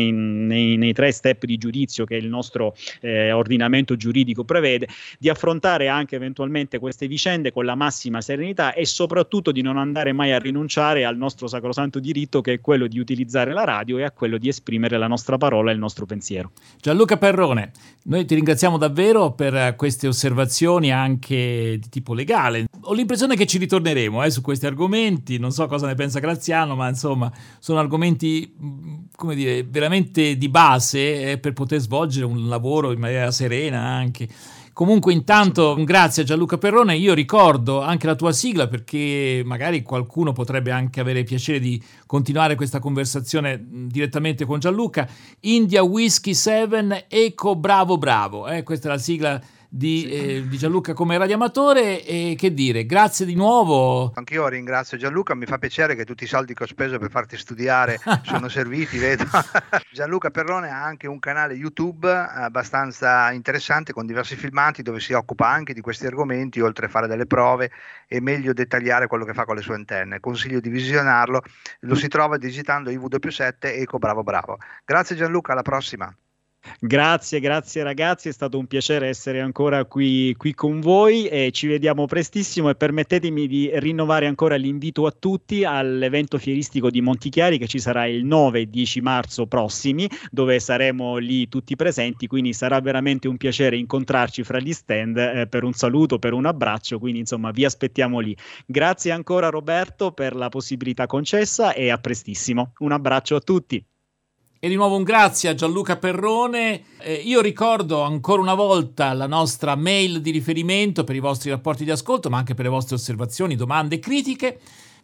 nei 3 step di giudizio che il nostro ordinamento giuridico prevede, di affrontare anche eventualmente queste vicende con la massima serenità e soprattutto di non andare mai a rinunciare al nostro sacrosanto diritto, che è quello di utilizzare la radio e a quello di esprimere la nostra parola e il nostro pensiero. Gianluca Perrone, noi ti ringraziamo davvero per queste osservazioni anche di tipo legale. Ho l'impressione che ci ritorneremo su questi argomenti, non so cosa ne pensa Graziano, ma insomma sono argomenti, come dire, veramente di base per poter svolgere un lavoro in maniera serena anche. Comunque intanto grazie a Gianluca Perrone. Io ricordo anche la tua sigla, perché magari qualcuno potrebbe anche avere piacere di continuare questa conversazione direttamente con Gianluca. India Whiskey 7 Eco Bravo Bravo, questa è la sigla di Gianluca come radioamatore. E che dire, grazie di nuovo. Anch'io ringrazio Gianluca, mi fa piacere che tutti i soldi che ho speso per farti studiare sono serviti, vedo. Gianluca Perrone ha anche un canale YouTube abbastanza interessante con diversi filmati dove si occupa anche di questi argomenti, oltre a fare delle prove e meglio dettagliare quello che fa con le sue antenne. Consiglio di visionarlo, lo si trova digitando IW7 Eco Bravo Bravo. Grazie Gianluca, alla prossima. Grazie ragazzi, è stato un piacere essere ancora qui con voi e ci vediamo prestissimo, e permettetemi di rinnovare ancora l'invito a tutti all'evento fieristico di Montichiari che ci sarà il 9 e 10 marzo prossimi, dove saremo lì tutti presenti, quindi sarà veramente un piacere incontrarci fra gli stand per un saluto, per un abbraccio, quindi insomma vi aspettiamo lì. Grazie ancora Roberto per la possibilità concessa e a prestissimo. Un abbraccio a tutti. E di nuovo un grazie a Gianluca Perrone. Io ricordo ancora una volta la nostra mail di riferimento per i vostri rapporti di ascolto, ma anche per le vostre osservazioni, domande e critiche: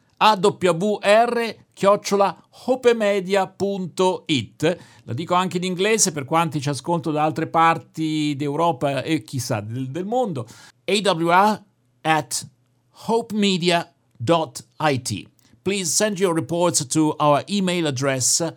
awr@hopemedia.it. La dico anche in inglese per quanti ci ascoltano da altre parti d'Europa e chissà del mondo. awr@hopemedia.it. Please send your reports to our email address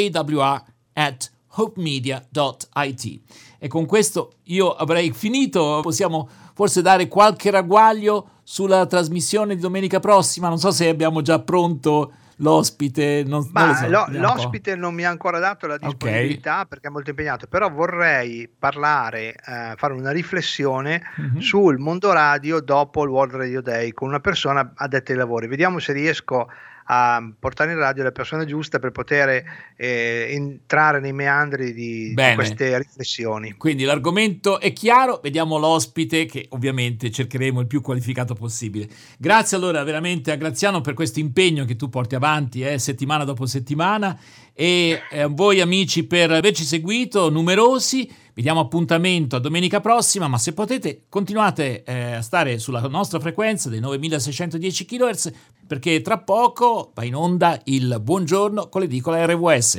awr@hopemedia.it. E con questo io avrei finito. Possiamo forse dare qualche ragguaglio sulla trasmissione di domenica prossima. Non so se abbiamo già pronto l'ospite. Non lo so. L'ospite non mi ha ancora dato la disponibilità perché è molto impegnato, però vorrei parlare, fare una riflessione sul mondo radio dopo il World Radio Day con una persona addetta ai lavori. Vediamo se riesco a portare in radio le persone giuste per poter entrare nei meandri di queste riflessioni. Quindi l'argomento è chiaro, vediamo l'ospite che ovviamente cercheremo il più qualificato possibile. Grazie allora veramente a Graziano per questo impegno che tu porti avanti settimana dopo settimana, e a voi amici per averci seguito numerosi. Vi diamo appuntamento a domenica prossima, ma se potete continuate a stare sulla nostra frequenza dei 9610 kHz, perché tra poco va in onda il Buongiorno con l'edicola RWS.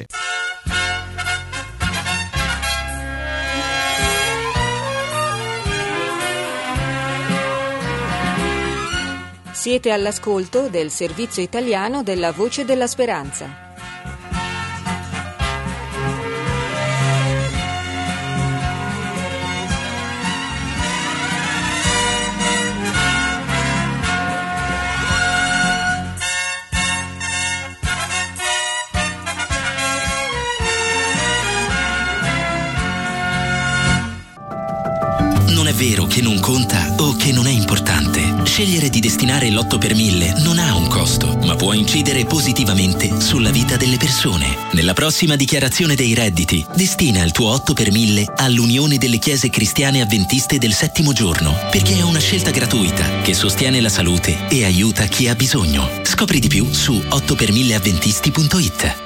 Siete all'ascolto del servizio italiano della Voce della Speranza. Non è vero che non conta o che non è importante. Scegliere di destinare l'8 per 1000 non ha un costo, ma può incidere positivamente sulla vita delle persone. Nella prossima dichiarazione dei redditi, destina il tuo 8 per 1000 all'Unione delle Chiese Cristiane Adventiste del Settimo Giorno, perché è una scelta gratuita che sostiene la salute e aiuta chi ha bisogno. Scopri di più su 8per1000adventisti.it.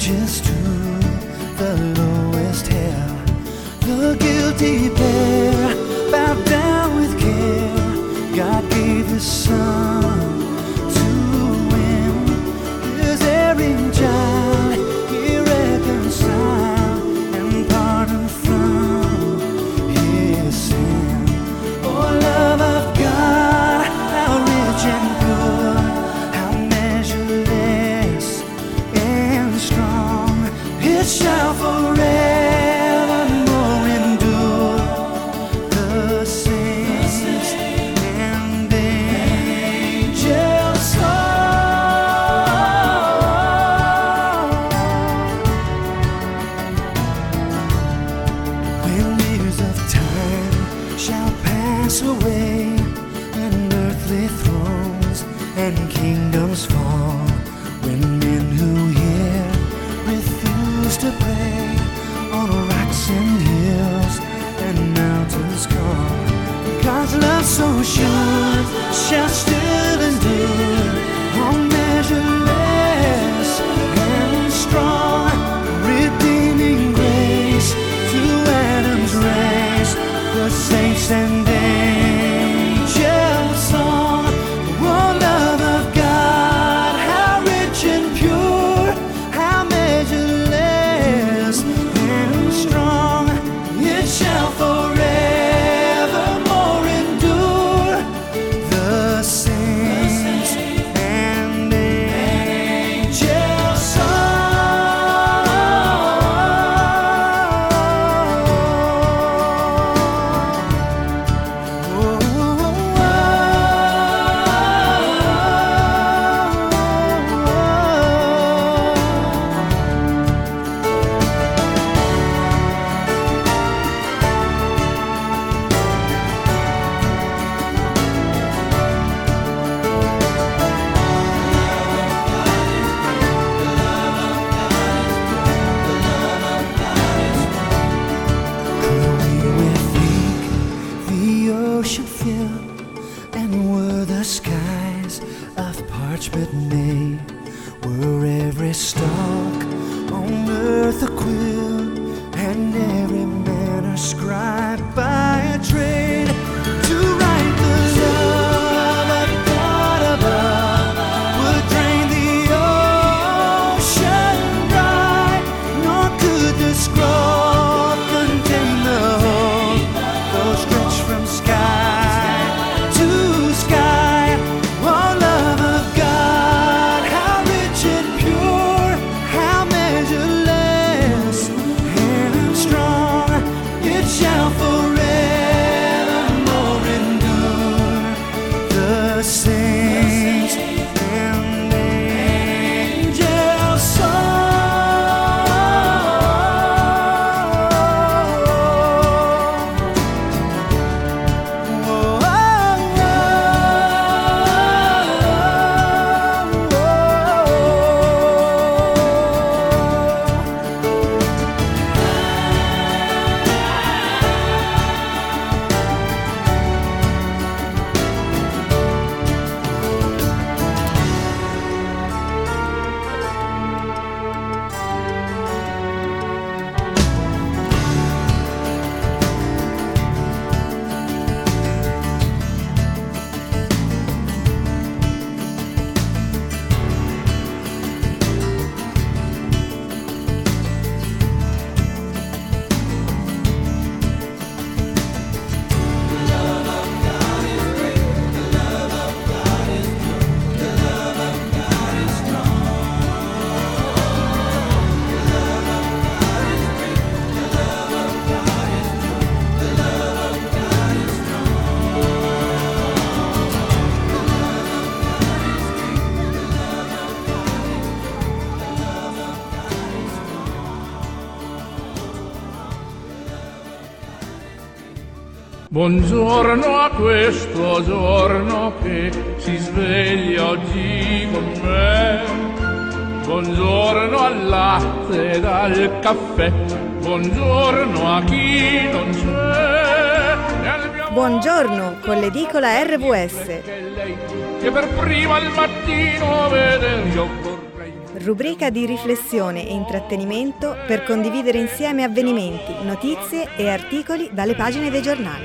ages to the lowest hell. The guilty pair bowed down with care. God gave His Son to win His erring child. He reconciled and pardoned from His sin. Oh, love of God, how rich and pure, how measureless and strong, it shall forevermore endure. The saints and angels song. When years of time shall pass away, and earthly thrones and kingdoms fall, when men who hear refuse to pray on rocks and hills and mountains call, God's love so sure shall still endure. Oh, measureless and strong, redeeming grace to Adam's race, the saints and angels song. Oh, love of God, how rich and pure, how measureless and strong, it shall forevermore endure. The saints and angels song. Could we with ink the ocean fill, and were the skies of parchment made, were every stalk on earth a quill, and every manner scribe by a trade, to write the love of God above would drain the ocean dry, nor could the scroll contain the whole, though stretched from sky to sky. Oh, love of God, how rich and pure, how measureless and strong, it shall forevermore endure. The saints and angels Buongiorno a questo giorno che si sveglia oggi con me. Buongiorno al latte ed al caffè. Buongiorno a chi non c'è. Buongiorno con l'edicola RVS. Che per prima al mattino vedere io vorrei. rubrica di riflessione e intrattenimento per condividere insieme avvenimenti, notizie e articoli dalle pagine dei giornali.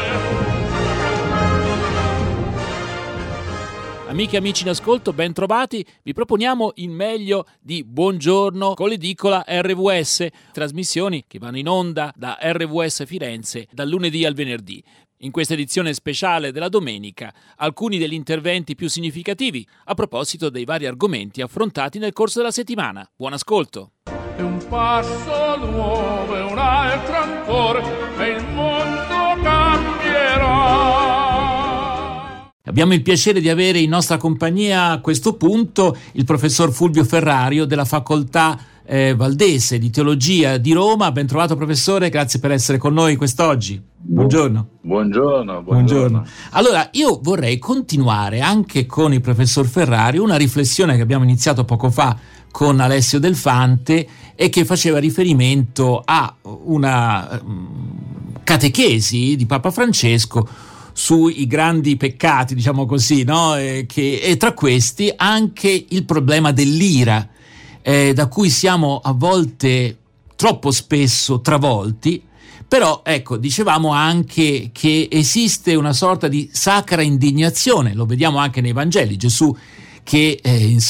Amiche e amici in ascolto, ben trovati. Vi proponiamo il meglio di Buongiorno con l'edicola RVS, trasmissioni che vanno in onda da RVS Firenze dal lunedì al venerdì. In questa edizione speciale della domenica, alcuni degli interventi più significativi a proposito dei vari argomenti affrontati nel corso della settimana. Buon ascolto. E un passo nuovo e un altro ancora e il mondo cambierà. Abbiamo il piacere di avere in nostra compagnia a questo punto il professor Fulvio Ferrario della Facoltà Valdese di Teologia di Roma. Ben trovato professore, grazie per essere con noi quest'oggi. Buongiorno. Buongiorno. Allora, io vorrei continuare anche con il professor Ferrario una riflessione che abbiamo iniziato poco fa con Alessio Delfante e che faceva riferimento a una catechesi di Papa Francesco sui grandi peccati, diciamo così, no? E tra questi anche il problema dell'ira, da cui siamo a volte troppo spesso travolti. Però ecco, dicevamo anche che esiste una sorta di sacra indignazione, lo vediamo anche nei Vangeli, Gesù che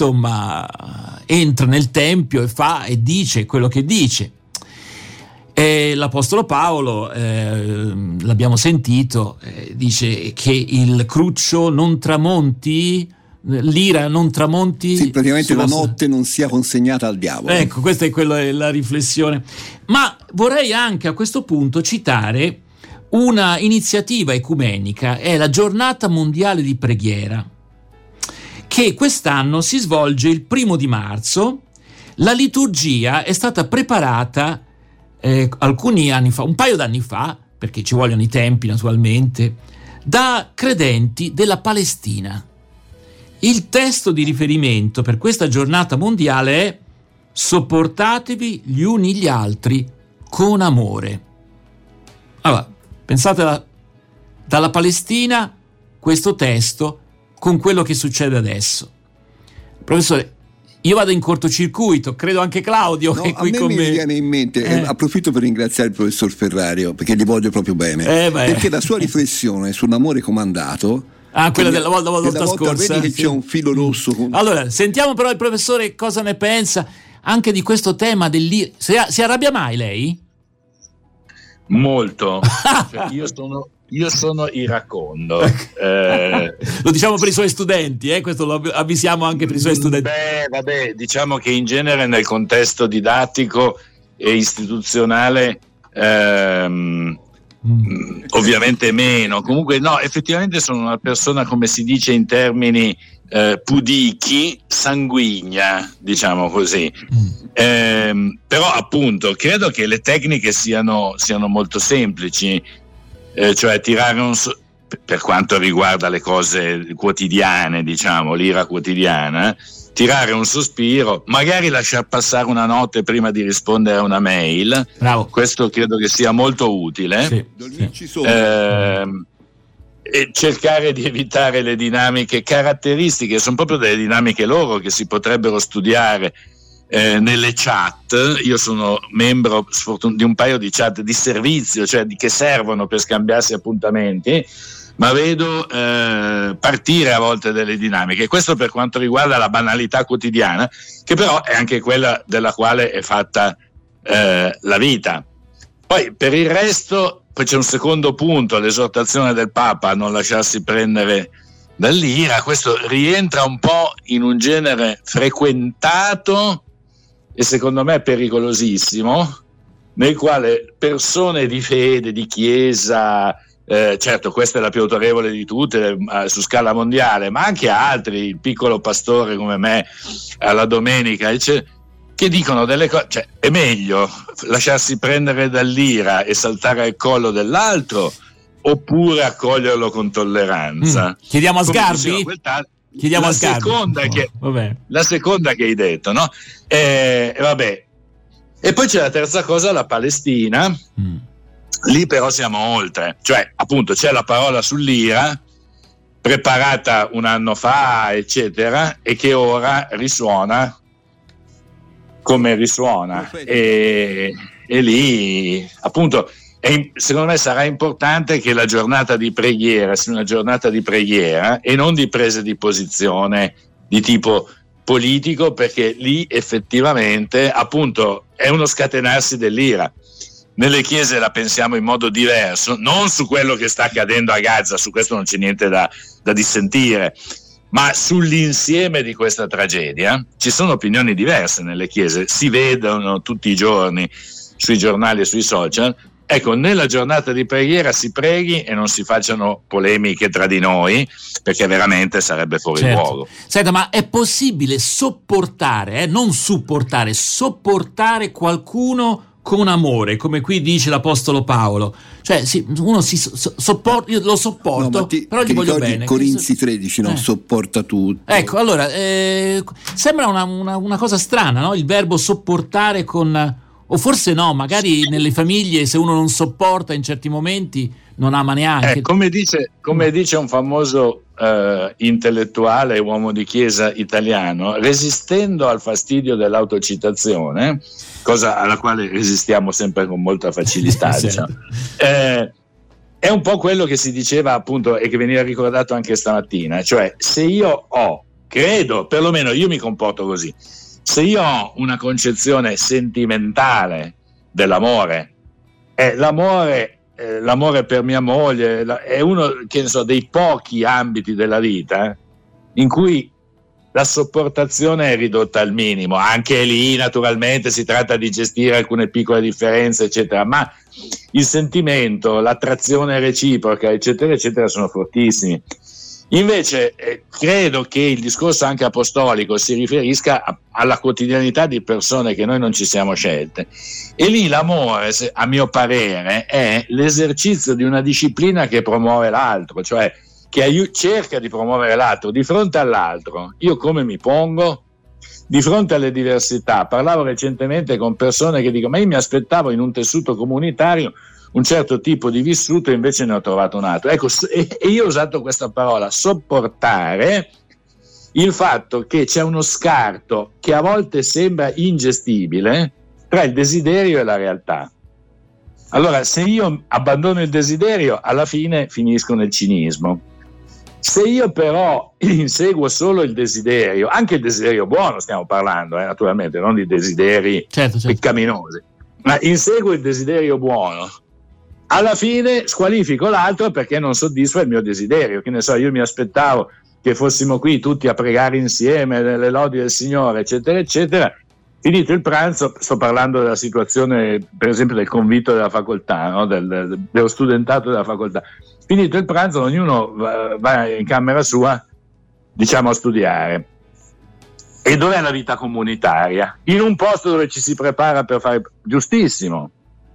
entra nel Tempio e fa e dice quello che dice. E l'Apostolo Paolo, l'abbiamo sentito, dice che il cruccio non tramonti, l'ira non tramonti. Sì, praticamente la notte non sia consegnata al diavolo. Ecco, questa è la riflessione. Ma vorrei anche a questo punto citare una iniziativa ecumenica, è la Giornata Mondiale di Preghiera, che quest'anno si svolge il 1 marzo. La liturgia è stata preparata alcuni anni fa, un paio d'anni fa, perché ci vogliono i tempi naturalmente, da credenti della Palestina. Il testo di riferimento per questa giornata mondiale è: sopportatevi gli uni gli altri con amore. Allora, pensate dalla Palestina questo testo con quello che succede adesso. Professore, io vado in cortocircuito, credo anche Claudio che è qui con me. A me mi viene in mente, approfitto per ringraziare il professor Ferrario, perché gli voglio proprio bene, perché la sua riflessione sull'amore comandato, quella della volta scorsa, vedi che c'è un filo rosso. Allora, sentiamo però il professore cosa ne pensa anche di questo tema dell'ira. Si arrabbia mai lei? Molto. Cioè, io sono iracondo. Lo diciamo per i suoi studenti, questo lo avvisiamo anche per i suoi studenti. Vabbè, diciamo che in genere nel contesto didattico e istituzionale ovviamente meno. Comunque no, effettivamente sono una persona, come si dice in termini pudichi, sanguigna, diciamo così. Però appunto credo che le tecniche siano molto semplici. Cioè tirare per quanto riguarda le cose quotidiane, diciamo l'ira quotidiana, tirare un sospiro, magari lasciar passare una notte prima di rispondere a una mail. Bravo. Questo credo che sia molto utile. Sì. E cercare di evitare le dinamiche caratteristiche, sono proprio delle dinamiche loro che si potrebbero studiare nelle chat. Io sono membro di un paio di chat di servizio, cioè che servono per scambiarsi appuntamenti, ma vedo partire a volte delle dinamiche. Questo per quanto riguarda la banalità quotidiana, che però è anche quella della quale è fatta la vita. Poi per il resto, poi c'è un secondo punto, l'esortazione del Papa a non lasciarsi prendere dall'ira. Questo rientra un po' in un genere frequentato e secondo me pericolosissimo, nel quale persone di fede, di chiesa, certo questa è la più autorevole di tutte su scala mondiale, ma anche altri, il piccolo pastore come me alla domenica, che dicono delle cose, cioè è meglio lasciarsi prendere dall'ira e saltare al collo dell'altro oppure accoglierlo con tolleranza. Chiediamo a Sgarbi? Chiediamo la seconda che hai detto, no? Vabbè. E poi c'è la terza cosa, la Palestina. Lì però siamo oltre, cioè appunto c'è la parola sull'ira preparata un anno fa, eccetera, e che ora risuona come risuona, e lì appunto secondo me sarà importante che la giornata di preghiera sia una giornata di preghiera e non di prese di posizione di tipo politico, perché lì effettivamente appunto è uno scatenarsi dell'ira. Nelle chiese la pensiamo in modo diverso, non su quello che sta accadendo a Gaza, su questo non c'è niente da dissentire, ma sull'insieme di questa tragedia ci sono opinioni diverse nelle chiese, si vedono tutti i giorni sui giornali e sui social. Ecco, nella giornata di preghiera si preghi e non si facciano polemiche tra di noi, perché veramente sarebbe fuori luogo. Senta, ma è possibile sopportare, non supportare, sopportare qualcuno con amore, come qui dice l'Apostolo Paolo? Cioè, uno sopporta, io lo sopporto, però gli voglio bene. Corinzi 13, no? Sopporta tutto. Ecco, allora, sembra una cosa strana, no? Il verbo sopportare con... O forse no, magari nelle famiglie se uno non sopporta in certi momenti non ama neanche. Come dice un famoso intellettuale, uomo di chiesa italiano, resistendo al fastidio dell'autocitazione, cosa alla quale resistiamo sempre con molta facilità, diciamo, è un po' quello che si diceva appunto e che veniva ricordato anche stamattina, cioè se io credo, perlomeno io mi comporto così, se io ho una concezione sentimentale dell'amore, l'amore per mia moglie è uno, che ne so, dei pochi ambiti della vita in cui la sopportazione è ridotta al minimo. Anche lì naturalmente si tratta di gestire alcune piccole differenze eccetera, ma il sentimento, l'attrazione reciproca eccetera eccetera sono fortissimi. Invece credo che il discorso anche apostolico si riferisca alla quotidianità di persone che noi non ci siamo scelte, e lì l'amore, a mio parere, è l'esercizio di una disciplina che promuove l'altro, cioè che cerca di promuovere l'altro. Di fronte all'altro io come mi pongo? Di fronte alle diversità. Parlavo recentemente con persone che dicono: ma io mi aspettavo in un tessuto comunitario un certo tipo di vissuto, invece ne ho trovato un altro. Ecco, e io ho usato questa parola, sopportare il fatto che c'è uno scarto che a volte sembra ingestibile tra il desiderio e la realtà. Allora, se io abbandono il desiderio, alla fine finisco nel cinismo. Se io però inseguo solo il desiderio, anche il desiderio buono stiamo parlando, naturalmente, non di desideri peccaminosi, ma inseguo il desiderio buono, alla fine squalifico l'altro perché non soddisfa il mio desiderio. Che ne so, io mi aspettavo che fossimo qui tutti a pregare insieme le lodi del Signore eccetera eccetera. Finito il pranzo, sto parlando della situazione per esempio del convitto della facoltà, no? dello studentato della facoltà. Finito il pranzo ognuno va in camera sua, diciamo, a studiare. E dov'è la vita comunitaria? In un posto dove ci si prepara per fare... Giustissimo,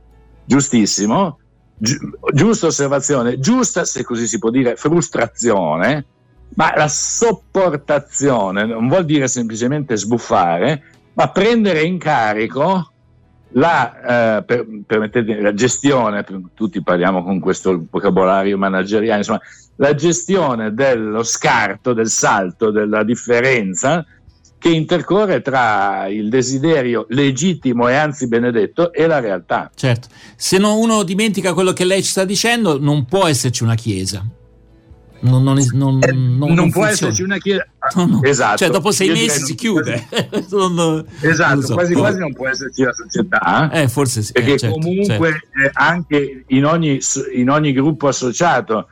giusta osservazione, giusta, se così si può dire, frustrazione, ma la sopportazione non vuol dire semplicemente sbuffare, ma prendere in carico la gestione, tutti parliamo con questo vocabolario manageriale, insomma, la gestione dello scarto, del salto, della differenza che intercorre tra il desiderio legittimo e anzi benedetto e la realtà. Certo, se uno dimentica quello che lei ci sta dicendo, non può esserci una chiesa. Non può esserci una chiesa. No. Esatto. Cioè, dopo 6 mesi si chiude. Esatto, so. quasi non può esserci la società. Forse sì. Perché comunque anche in ogni gruppo associato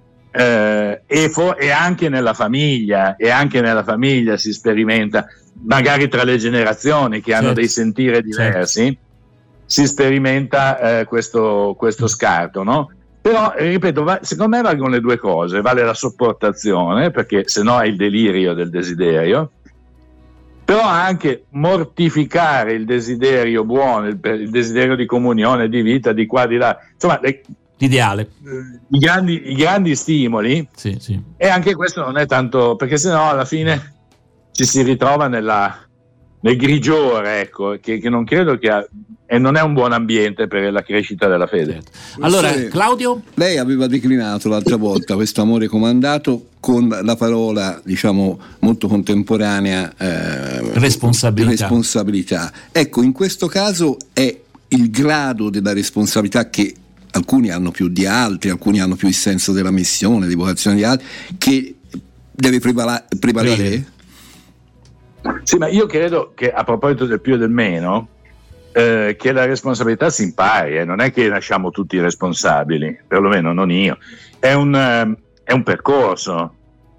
e anche nella famiglia, si sperimenta, magari tra le generazioni che hanno dei sentire diversi, si sperimenta questo scarto, no? Però, ripeto, secondo me valgono le due cose. Vale la sopportazione, perché sennò è il delirio del desiderio, però anche mortificare il desiderio buono, il desiderio di comunione, di vita, di qua, di là, insomma l'ideale, i grandi stimoli. Sì. E anche questo non è tanto, perché sennò alla fine ci si ritrova nel grigiore, ecco, che non credo e non è un buon ambiente per la crescita della fede. Allora, Claudio? Lei aveva declinato l'altra volta questo amore comandato con la parola, diciamo, molto contemporanea, responsabilità. Ecco, in questo caso è il grado della responsabilità, che alcuni hanno più di altri, alcuni hanno più il senso della missione, di vocazione di altri, che deve prevalere? Sì, ma io credo che, a proposito del più e del meno, che la responsabilità si impari, non è che nasciamo tutti responsabili, perlomeno non io. È un percorso.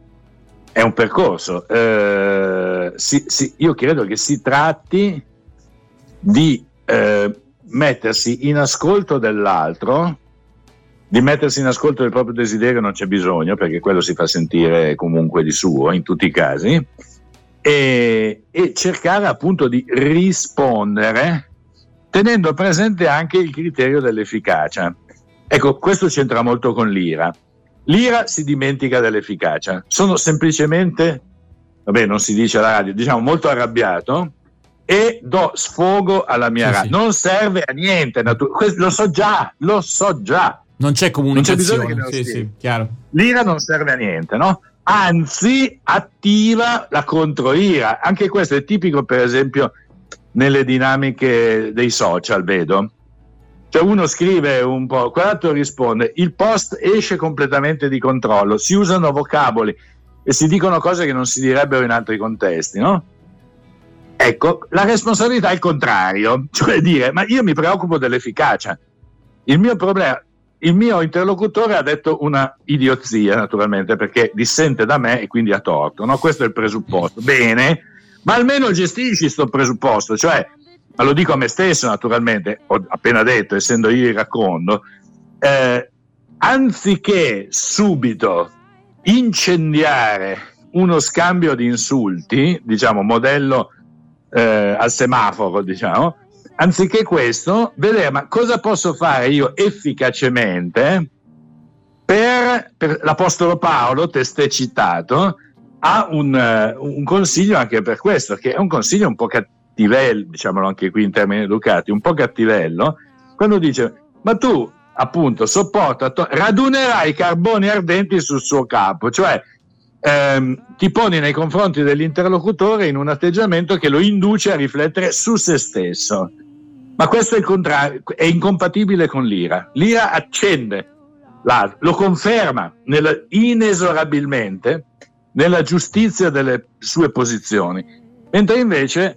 Io credo che si tratti di mettersi in ascolto dell'altro, di mettersi in ascolto del proprio desiderio non c'è bisogno, perché quello si fa sentire comunque di suo in tutti i casi, e cercare appunto di rispondere tenendo presente anche il criterio dell'efficacia. Ecco, questo c'entra molto con l'ira. L'ira si dimentica dell'efficacia. Sono semplicemente, non si dice alla radio, diciamo molto arrabbiato e do sfogo alla mia rabbia. Non serve a niente, lo so già. Non c'è comunicazione. Non c'è bisogno che chiaro. L'ira non serve a niente, no? Anzi, attiva la controira. Anche questo è tipico, per esempio, nelle dinamiche dei social, vedo. Cioè uno scrive un po', quell'altro risponde, il post esce completamente di controllo, si usano vocaboli e si dicono cose che non si direbbero in altri contesti, no? Ecco, la responsabilità è il contrario, cioè dire, ma io mi preoccupo dell'efficacia. Il mio interlocutore ha detto una idiozia, naturalmente, perché dissente da me e quindi ha torto, no? Questo è il presupposto. Bene, ma almeno gestisci sto presupposto, cioè, ma lo dico a me stesso naturalmente, ho appena detto, essendo io iracondo, anziché subito incendiare uno scambio di insulti, diciamo modello al semaforo, diciamo, anziché questo, vedere ma cosa posso fare io efficacemente per l'Apostolo Paolo, testé citato, ha un consiglio anche per questo, che è un consiglio un po' cattivello, diciamolo anche qui in termini educati, un po' cattivello, quando dice, ma tu appunto radunerai i carboni ardenti sul suo capo, cioè ti poni nei confronti dell'interlocutore in un atteggiamento che lo induce a riflettere su se stesso. Ma questo è il contrario, è incompatibile con l'ira. L'ira accende l'altro, lo conferma inesorabilmente nella giustizia delle sue posizioni, mentre invece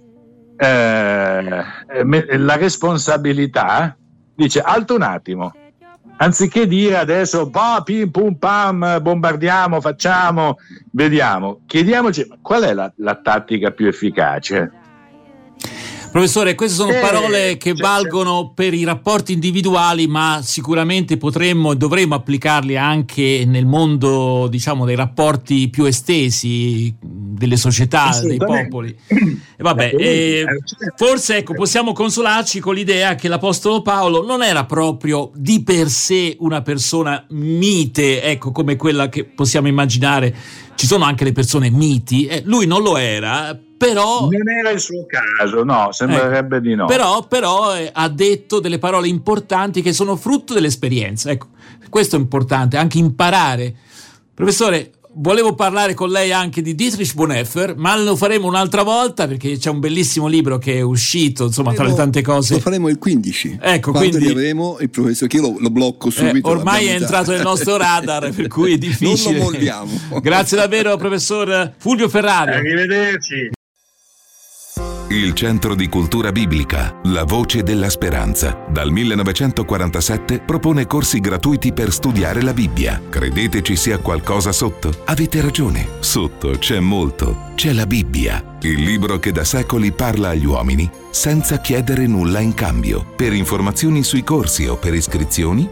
la responsabilità dice alto un attimo, anziché dire adesso pim pum pam, bombardiamo, facciamo, vediamo, chiediamoci qual è la tattica più efficace. Professore, queste sono parole che valgono per i rapporti individuali, ma sicuramente potremmo e dovremmo applicarli anche nel mondo, diciamo, dei rapporti più estesi, delle società, dei popoli. E vabbè, forse possiamo consolarci con l'idea che l'Apostolo Paolo non era proprio di per sé una persona mite, come quella che possiamo immaginare. Ci sono anche le persone miti, lui non lo era, però non era il suo caso, no, sembrerebbe di no. Però ha detto delle parole importanti che sono frutto dell'esperienza. Ecco, questo è importante, anche imparare. Professore, volevo parlare con lei anche di Dietrich Bonhoeffer, ma lo faremo un'altra volta perché c'è un bellissimo libro che è uscito, insomma, tra le tante cose. Lo faremo il 15. Ecco, quando quindi avremo il professore, che io lo blocco subito. Ormai è entrato nel nostro radar, per cui è difficile. Non lo molliamo. Grazie davvero, professor Fulvio Ferrario. Arrivederci. Il Centro di Cultura Biblica, La Voce della Speranza, dal 1947 propone corsi gratuiti per studiare la Bibbia. Credete ci sia qualcosa sotto? Avete ragione, sotto c'è molto. C'è la Bibbia, il libro che da secoli parla agli uomini senza chiedere nulla in cambio. Per informazioni sui corsi o per iscrizioni,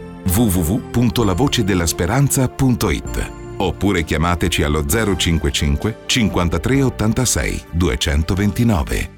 www.lavocedellasperanza.it oppure chiamateci allo 055 53 86 229.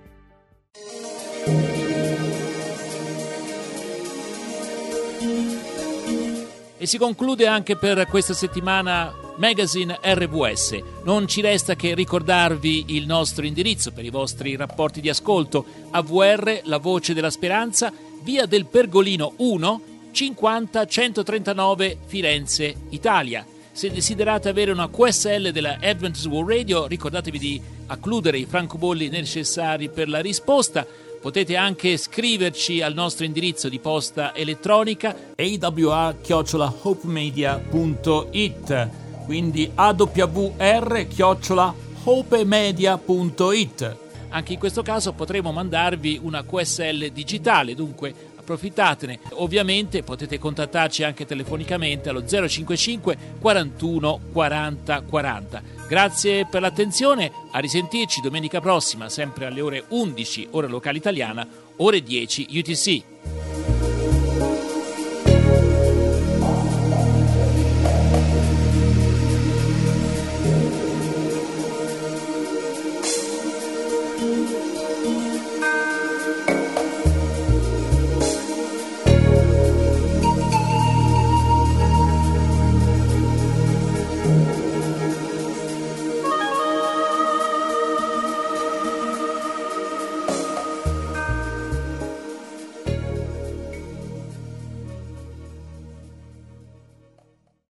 E si conclude anche per questa settimana Magazine RVS. Non ci resta che ricordarvi il nostro indirizzo per i vostri rapporti di ascolto: AVR, La Voce della Speranza, via del Pergolino 1, 50 139 Firenze, Italia. Se desiderate avere una QSL della Adventist World Radio, ricordatevi di accludere i francobolli necessari per la risposta. Potete anche scriverci al nostro indirizzo di posta elettronica awr@hopemedia.it, quindi awr@hopemedia.it. Anche in questo caso potremo mandarvi una QSL digitale, dunque approfittatene. Ovviamente potete contattarci anche telefonicamente allo 055 41 40 40. Grazie per l'attenzione, a risentirci domenica prossima, sempre alle ore 11, ora locale italiana, ore 10 UTC.